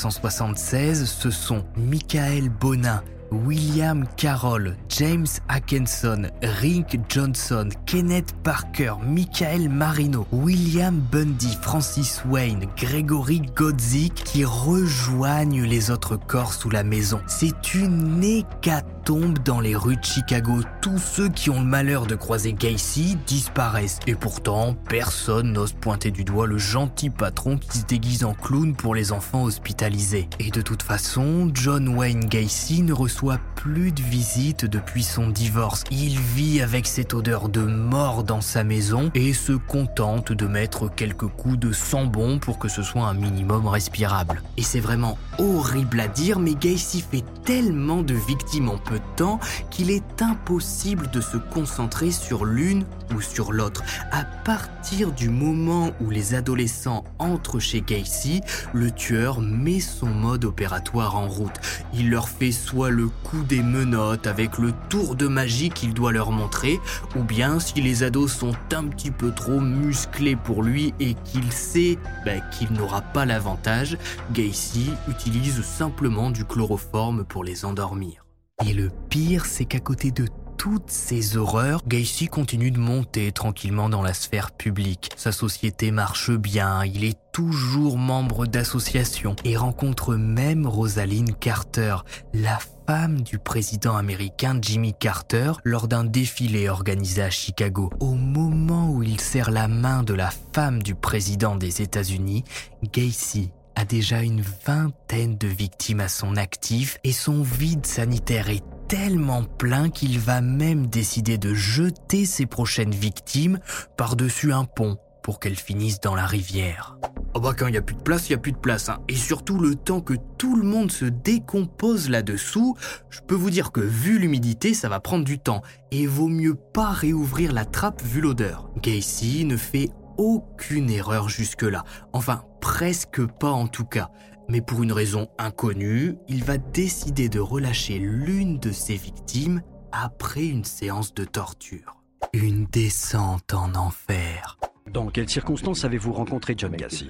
S6: 1976, ce sont Michael Bonin, William Carroll, James Atkinson, Rick Johnson, Kenneth Parker, Michael Marino, William Bundy, Francis Wayne, Gregory Godzik qui rejoignent les autres corps sous la maison. C'est une hécatombe dans les rues de Chicago. Tous ceux qui ont le malheur de croiser Gacy disparaissent. Et pourtant, personne n'ose pointer du doigt le gentil patron qui se déguise en clown pour les enfants hospitalisés. Et de toute façon, John Wayne Gacy ne reçoit plus de visites depuis son divorce. Il vit avec cette odeur de mort dans sa maison et se contente de mettre quelques coups de sambon pour que ce soit un minimum respirable. Et c'est vraiment horrible à dire, mais Gacy fait tellement de victimes en peu de temps qu'il est impossible de se concentrer sur l'une ou sur l'autre. À partir du moment où les adolescents entrent chez Gacy, le tueur met son mode opératoire en route. Il leur fait soit le coup des menottes avec le tour de magie qu'il doit leur montrer, ou bien si les ados sont un petit peu trop musclés pour lui et qu'il sait qu'il n'aura pas l'avantage, Gacy utilise simplement du chloroforme pour les endormir. Et le pire, c'est qu'à côté de toutes ces horreurs, Gacy continue de monter tranquillement dans la sphère publique. Sa société marche bien, il est toujours membre d'associations et rencontre même Rosalynn Carter, la femme du président américain Jimmy Carter, lors d'un défilé organisé à Chicago. Au moment où il serre la main de la femme du président des États-Unis, Gacy a déjà une vingtaine de victimes à son actif et son vide sanitaire est tellement plein qu'il va même décider de jeter ses prochaines victimes par-dessus un pont pour qu'elles finissent dans la rivière. Quand il n'y a plus de place, il n'y a plus de place. Et surtout, le temps que tout le monde se décompose là-dessous, je peux vous dire que vu l'humidité, ça va prendre du temps. Et vaut mieux pas réouvrir la trappe vu l'odeur. Gacy ne fait aucune erreur jusque-là. Enfin, presque pas en tout cas. Mais pour une raison inconnue, il va décider de relâcher l'une de ses victimes après une séance de torture. Une descente en enfer.
S2: Dans quelles circonstances avez-vous rencontré John Gacy?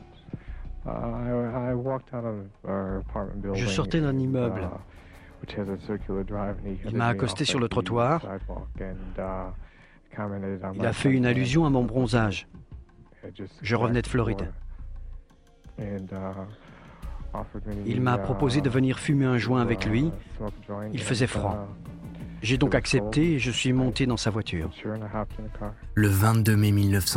S2: Je sortais d'un immeuble. Il m'a accosté sur le trottoir. Il a fait une allusion à mon bronzage. Je revenais de Floride. Il m'a proposé de venir fumer un joint avec lui. Il faisait froid. J'ai donc accepté et je suis monté dans sa voiture.
S6: Le 22 mai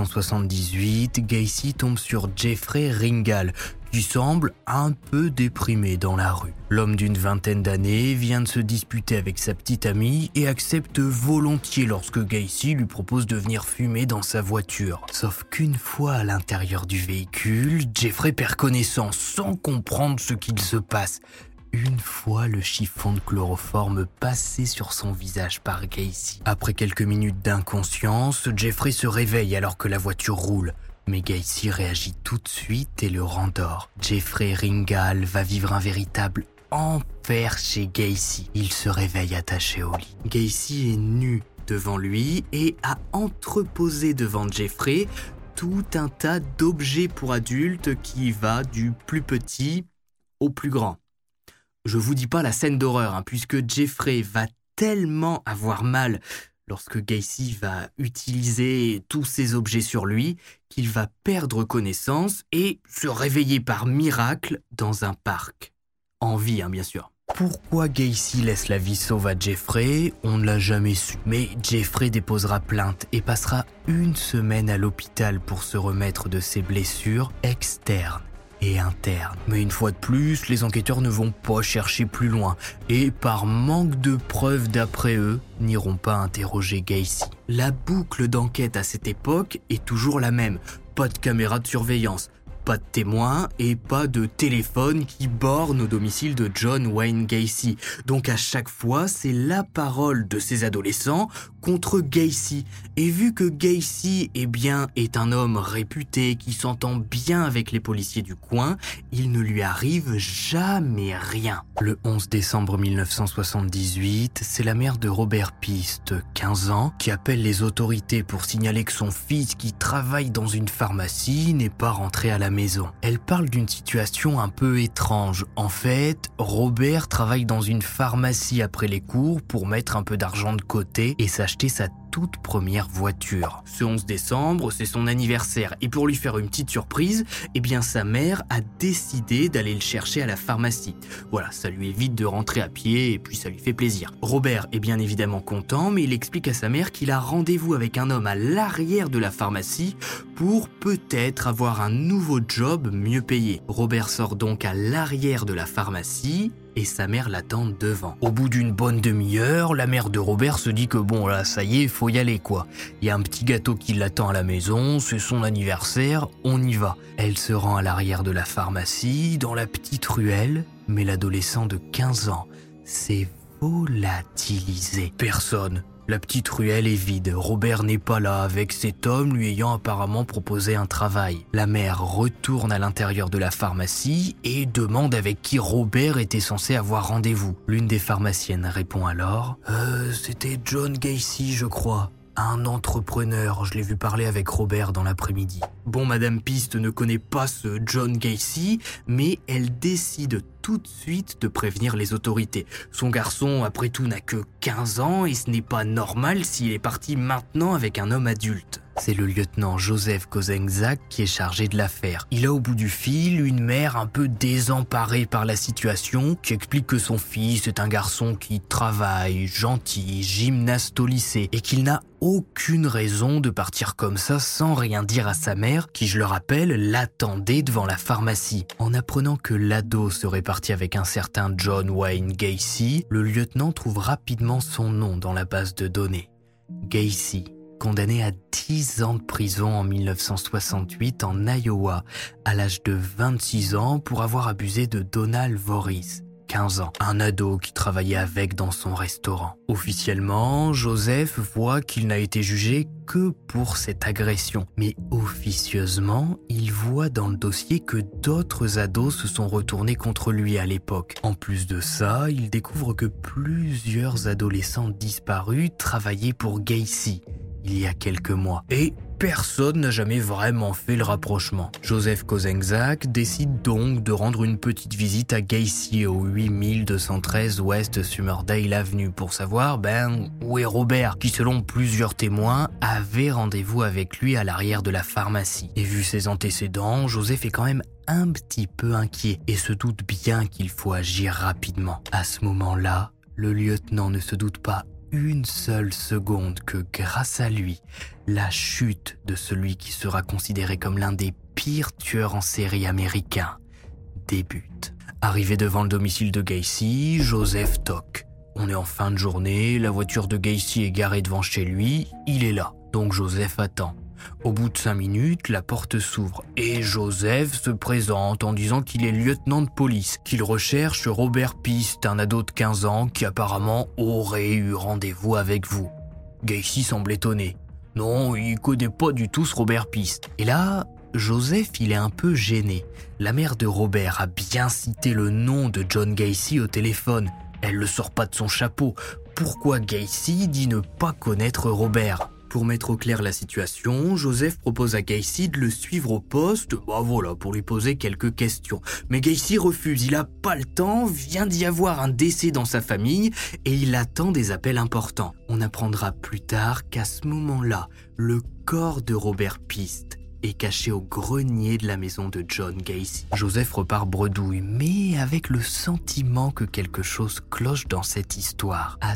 S6: 1978, Gacy tombe sur Jeffrey Ringall, qui semble un peu déprimé dans la rue. L'homme d'une vingtaine d'années vient de se disputer avec sa petite amie et accepte volontiers lorsque Gacy lui propose de venir fumer dans sa voiture. Sauf qu'une fois à l'intérieur du véhicule, Jeffrey perd connaissance sans comprendre ce qu'il se passe. Une fois le chiffon de chloroforme passé sur son visage par Gacy. Après quelques minutes d'inconscience, Jeffrey se réveille alors que la voiture roule. Mais Gacy réagit tout de suite et le rendort. Jeffrey Ringall va vivre un véritable enfer chez Gacy. Il se réveille attaché au lit. Gacy est nu devant lui et a entreposé devant Jeffrey tout un tas d'objets pour adultes qui va du plus petit au plus grand. Je vous dis pas la scène d'horreur, puisque Jeffrey va tellement avoir mal lorsque Gacy va utiliser tous ces objets sur lui qu'il va perdre connaissance et se réveiller par miracle dans un parc. En vie, bien sûr. Pourquoi Gacy laisse la vie sauve à Jeffrey, on ne l'a jamais su. Mais Jeffrey déposera plainte et passera 1 semaine à l'hôpital pour se remettre de ses blessures externes et interne. Mais une fois de plus, les enquêteurs ne vont pas chercher plus loin et par manque de preuves d'après eux, n'iront pas interroger Gacy. La boucle d'enquête à cette époque est toujours la même. Pas de caméra de surveillance, pas de témoins et pas de téléphone qui borne au domicile de John Wayne Gacy. Donc à chaque fois, c'est la parole de ces adolescents contre Gacy. Et vu que Gacy est un homme réputé qui s'entend bien avec les policiers du coin, il ne lui arrive jamais rien. Le 11 décembre 1978, c'est la mère de Robert Piste, 15 ans, qui appelle les autorités pour signaler que son fils qui travaille dans une pharmacie n'est pas rentré à la maison. Elle parle d'une situation un peu étrange. En fait, Robert travaille dans une pharmacie après les cours pour mettre un peu d'argent de côté et s'acheter sa toute première voiture. Ce 11 décembre, c'est son anniversaire et pour lui faire une petite surprise, sa mère a décidé d'aller le chercher à la pharmacie. Voilà, ça lui évite de rentrer à pied et puis ça lui fait plaisir. Robert est bien évidemment content, mais il explique à sa mère qu'il a rendez-vous avec un homme à l'arrière de la pharmacie pour peut-être avoir un nouveau job mieux payé. Robert sort donc à l'arrière de la pharmacie et sa mère l'attend devant. Au bout d'une bonne demi-heure, la mère de Robert se dit que ça y est, faut y aller quoi. Il y a un petit gâteau qui l'attend à la maison, c'est son anniversaire, on y va. Elle se rend à l'arrière de la pharmacie, dans la petite ruelle, mais l'adolescent de 15 ans s'est volatilisé. Personne. La petite ruelle est vide, Robert n'est pas là, avec cet homme lui ayant apparemment proposé un travail. La mère retourne à l'intérieur de la pharmacie et demande avec qui Robert était censé avoir rendez-vous. L'une des pharmaciennes répond alors « C'était John Gacy, je crois. Un entrepreneur, je l'ai vu parler avec Robert dans l'après-midi. » Bon, Madame Piste ne connaît pas ce John Gacy, mais elle décide tout de suite de prévenir les autorités. Son garçon, après tout, n'a que 15 ans et ce n'est pas normal s'il est parti maintenant avec un homme adulte. C'est le lieutenant Joseph Kozenzak qui est chargé de l'affaire. Il a au bout du fil une mère un peu désemparée par la situation qui explique que son fils est un garçon qui travaille, gentil, gymnaste au lycée et qu'il n'a aucune raison de partir comme ça sans rien dire à sa mère qui, je le rappelle, l'attendait devant la pharmacie. En apprenant que l'ado serait parti avec un certain John Wayne Gacy, le lieutenant trouve rapidement son nom dans la base de données. Gacy, condamné à 10 ans de prison en 1968 en Iowa, à l'âge de 26 ans pour avoir abusé de Donald Voorhees, 15 ans, un ado qui travaillait avec dans son restaurant. Officiellement, Joseph voit qu'il n'a été jugé que pour cette agression, mais officieusement, il voit dans le dossier que d'autres ados se sont retournés contre lui à l'époque. En plus de ça, il découvre que plusieurs adolescents disparus travaillaient pour Gacy il y a quelques mois. Et personne n'a jamais vraiment fait le rapprochement. Joseph Kozenzak décide donc de rendre une petite visite à Gacy au 8213 West Summerdale Avenue pour savoir, où est Robert, qui selon plusieurs témoins avait rendez-vous avec lui à l'arrière de la pharmacie. Et vu ses antécédents, Joseph est quand même un petit peu inquiet et se doute bien qu'il faut agir rapidement. À ce moment-là, le lieutenant ne se doute pas une seule seconde que, grâce à lui, la chute de celui qui sera considéré comme l'un des pires tueurs en série américains débute. Arrivé devant le domicile de Gacy, Joseph toque. On est en fin de journée, la voiture de Gacy est garée devant chez lui, il est là. Donc Joseph attend. Au bout de 5 minutes, la porte s'ouvre et Joseph se présente en disant qu'il est lieutenant de police, qu'il recherche Robert Pist, un ado de 15 ans qui apparemment aurait eu rendez-vous avec vous. Gacy semble étonné. Non, il connaît pas du tout ce Robert Pist. Et là, Joseph, il est un peu gêné. La mère de Robert a bien cité le nom de John Gacy au téléphone. Elle le sort pas de son chapeau. Pourquoi Gacy dit ne pas connaître Robert ? Pour mettre au clair la situation, Joseph propose à Gacy de le suivre au poste, pour lui poser quelques questions. Mais Gacy refuse, il a pas le temps, vient d'y avoir un décès dans sa famille et il attend des appels importants. On apprendra plus tard qu'à ce moment-là, le corps de Robert Pist est caché au grenier de la maison de John Gacy. Joseph repart bredouille, mais avec le sentiment que quelque chose cloche dans cette histoire. À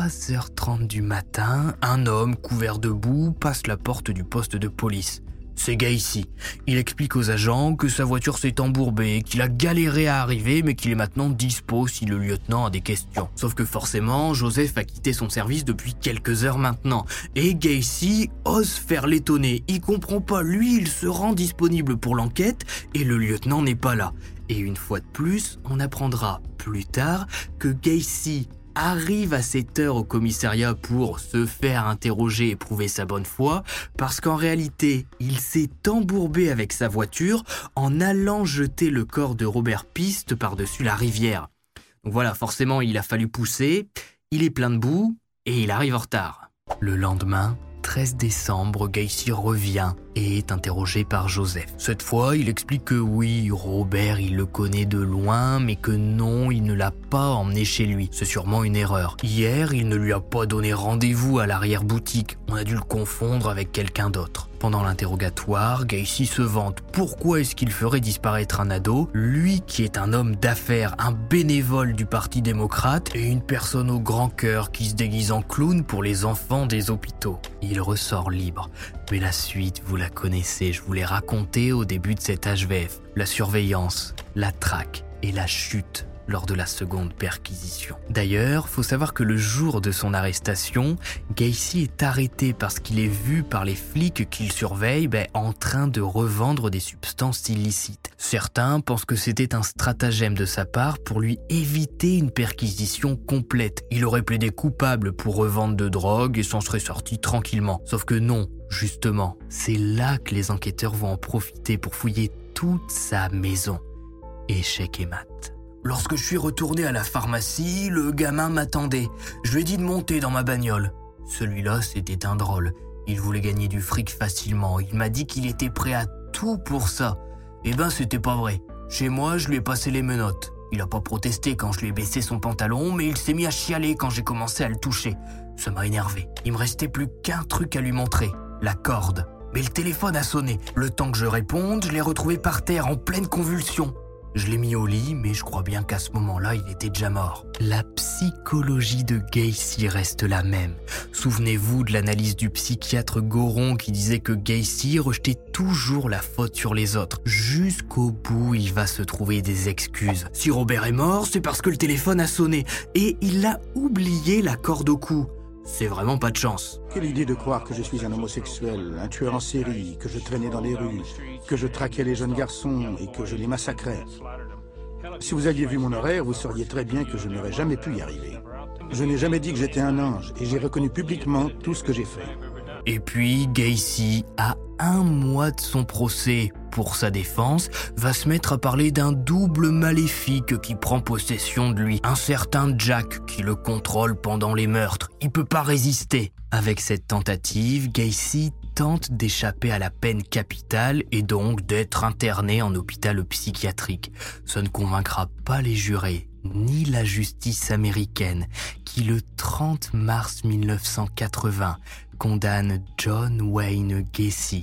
S6: 3h30 du matin, un homme couvert de boue passe la porte du poste de police. C'est Gacy. Il explique aux agents que sa voiture s'est embourbée, qu'il a galéré à arriver, mais qu'il est maintenant dispo si le lieutenant a des questions. Sauf que forcément, Joseph a quitté son service depuis quelques heures maintenant. Et Gacy ose faire l'étonner. Il comprend pas, lui, il se rend disponible pour l'enquête et le lieutenant n'est pas là. Et une fois de plus, on apprendra plus tard que Gacy arrive à cette heure au commissariat pour se faire interroger et prouver sa bonne foi, parce qu'en réalité, il s'est embourbé avec sa voiture en allant jeter le corps de Robert Pist par-dessus la rivière. Donc voilà, forcément, il a fallu pousser, il est plein de boue et il arrive en retard. Le lendemain, 13 décembre, Gacy revient et est interrogé par Joseph. Cette fois, il explique que oui, Robert, il le connaît de loin, mais que non, il ne l'a pas emmené chez lui. C'est sûrement une erreur. Hier, il ne lui a pas donné rendez-vous à l'arrière-boutique. On a dû le confondre avec quelqu'un d'autre. Pendant l'interrogatoire, Gacy se vante. Pourquoi est-ce qu'il ferait disparaître un ado, lui qui est un homme d'affaires, un bénévole du Parti démocrate et une personne au grand cœur qui se déguise en clown pour les enfants des hôpitaux? Il ressort libre. Mais la suite, vous la connaissez, je vous l'ai raconté au début de cet HVF. La surveillance, la traque et la chute lors de la seconde perquisition. D'ailleurs, faut savoir que le jour de son arrestation, Gacy est arrêté parce qu'il est vu par les flics qu'il surveille en train de revendre des substances illicites. Certains pensent que c'était un stratagème de sa part pour lui éviter une perquisition complète. Il aurait plaidé coupable pour revente de drogue et s'en serait sorti tranquillement. Sauf que non, justement, c'est là que les enquêteurs vont en profiter pour fouiller toute sa maison. Échec et mat. Lorsque je suis retourné à la pharmacie, le gamin m'attendait. Je lui ai dit de monter dans ma bagnole. Celui-là, c'était un drôle. Il voulait gagner du fric facilement. Il m'a dit qu'il était prêt à tout pour ça. C'était pas vrai. Chez moi, je lui ai passé les menottes. Il a pas protesté quand je lui ai baissé son pantalon, mais il s'est mis à chialer quand j'ai commencé à le toucher. Ça m'a énervé. Il me restait plus qu'un truc à lui montrer. La corde. Mais le téléphone a sonné. Le temps que je réponde, je l'ai retrouvé par terre en pleine convulsion. Je l'ai mis au lit, mais je crois bien qu'à ce moment-là, il était déjà mort. La psychologie de Gacy reste la même. Souvenez-vous de l'analyse du psychiatre Goron qui disait que Gacy rejetait toujours la faute sur les autres. Jusqu'au bout, il va se trouver des excuses. Si Robert est mort, c'est parce que le téléphone a sonné et il a oublié la corde au cou. C'est vraiment pas de chance.
S4: Quelle idée de croire que je suis un homosexuel, un tueur en série, que je traînais dans les rues, que je traquais les jeunes garçons et que je les massacrais. Si vous aviez vu mon horaire, vous sauriez très bien que je n'aurais jamais pu y arriver. Je n'ai jamais dit que j'étais un ange et j'ai reconnu publiquement tout ce que j'ai fait.
S6: Et puis, Gacy, à 1 mois de son procès, pour sa défense, va se mettre à parler d'un double maléfique qui prend possession de lui. Un certain Jack qui le contrôle pendant les meurtres. Il peut pas résister. Avec cette tentative, Gacy tente d'échapper à la peine capitale et donc d'être interné en hôpital psychiatrique. Ça ne convaincra pas les jurés, ni la justice américaine, qui le 30 mars 1980 condamne John Wayne Gacy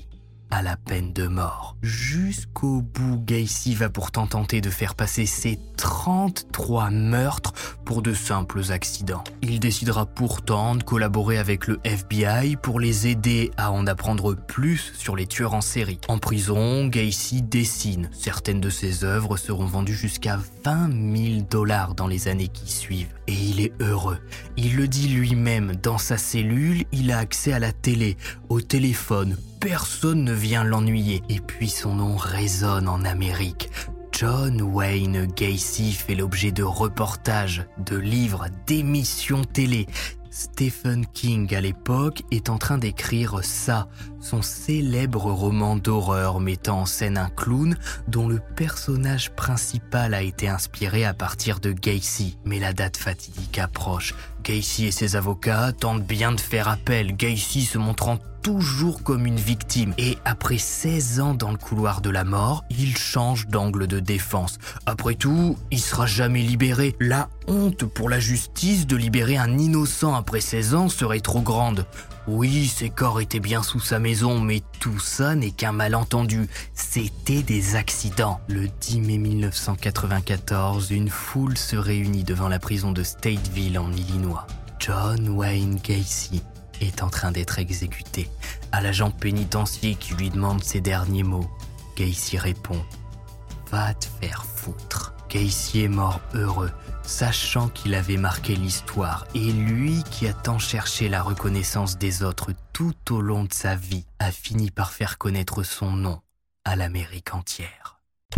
S6: à la peine de mort. Jusqu'au bout, Gacy va pourtant tenter de faire passer ses 33 meurtres pour de simples accidents. Il décidera pourtant de collaborer avec le FBI pour les aider à en apprendre plus sur les tueurs en série. En prison, Gacy dessine. Certaines de ses œuvres seront vendues jusqu'à $20 000 dans les années qui suivent. Et il est heureux. Il le dit lui-même, dans sa cellule, il a accès à la télé, au téléphone. Personne ne vient l'ennuyer. Et puis son nom résonne en Amérique. John Wayne Gacy fait l'objet de reportages, de livres, d'émissions télé. Stephen King, à l'époque, est en train d'écrire ça, son célèbre roman d'horreur mettant en scène un clown dont le personnage principal a été inspiré à partir de Gacy. Mais la date fatidique approche. Gacy et ses avocats tentent bien de faire appel, Gacy se montrant toujours comme une victime. Et après 16 ans dans le couloir de la mort, il change d'angle de défense. Après tout, il sera jamais libéré. La honte pour la justice de libérer un innocent après 16 ans serait trop grande. Oui, ses corps étaient bien sous sa maison, mais tout ça n'est qu'un malentendu. C'était des accidents. Le 10 mai 1994, une foule se réunit devant la prison de Stateville en Illinois. John Wayne Gacy est en train d'être exécuté. À l'agent pénitentiaire qui lui demande ses derniers mots, Gacy répond « Va te faire foutre ». Gacy est mort heureux, sachant qu'il avait marqué l'histoire, et lui qui a tant cherché la reconnaissance des autres tout au long de sa vie, a fini par faire connaître son nom à l'Amérique entière.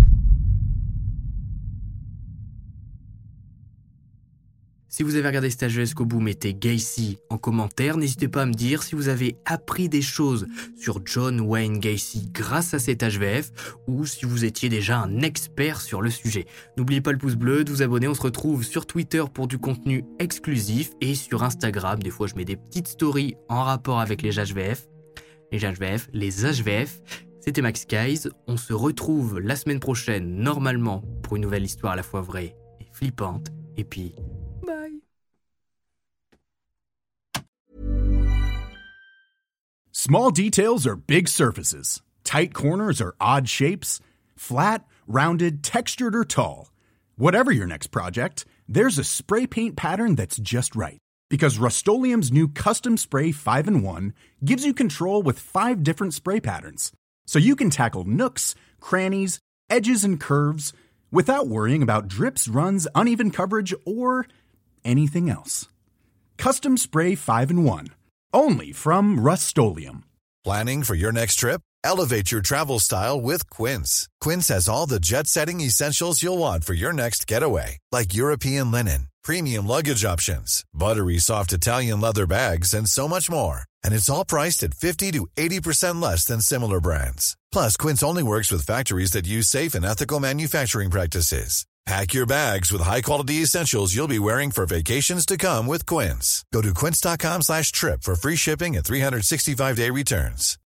S6: Si vous avez regardé cet HVF jusqu'au bout, mettez Gacy en commentaire. N'hésitez pas à me dire si vous avez appris des choses sur John Wayne Gacy grâce à cet HVF ou si vous étiez déjà un expert sur le sujet. N'oubliez pas le pouce bleu, de vous abonner. On se retrouve sur Twitter pour du contenu exclusif et sur Instagram. Des fois, je mets des petites stories en rapport avec les HVF. Les HVF. C'était Max Guys. On se retrouve la semaine prochaine, normalement, pour une nouvelle histoire à la fois vraie et flippante. Et puis... bye.
S9: Small details are big surfaces. Tight corners are odd shapes. Flat, rounded, textured, or tall. Whatever your next project, there's a spray paint pattern that's just right. Because Rust-Oleum's new Custom Spray 5-in-1 gives you control with 5 different spray patterns. So you can tackle nooks, crannies, edges, and curves without worrying about drips, runs, uneven coverage, or anything else. Custom Spray 5-in-1. Only from Rust-Oleum.
S10: Planning for your next trip? Elevate your travel style with Quince. Quince has all the jet-setting essentials you'll want for your next getaway, like European linen, premium luggage options, buttery soft Italian leather bags, and so much more. And it's all priced at 50 to 80% less than similar brands. Plus, Quince only works with factories that use safe and ethical manufacturing practices. Pack your bags with high-quality essentials you'll be wearing for vacations to come with Quince. Go to quince.com/trip for free shipping and 365-day returns.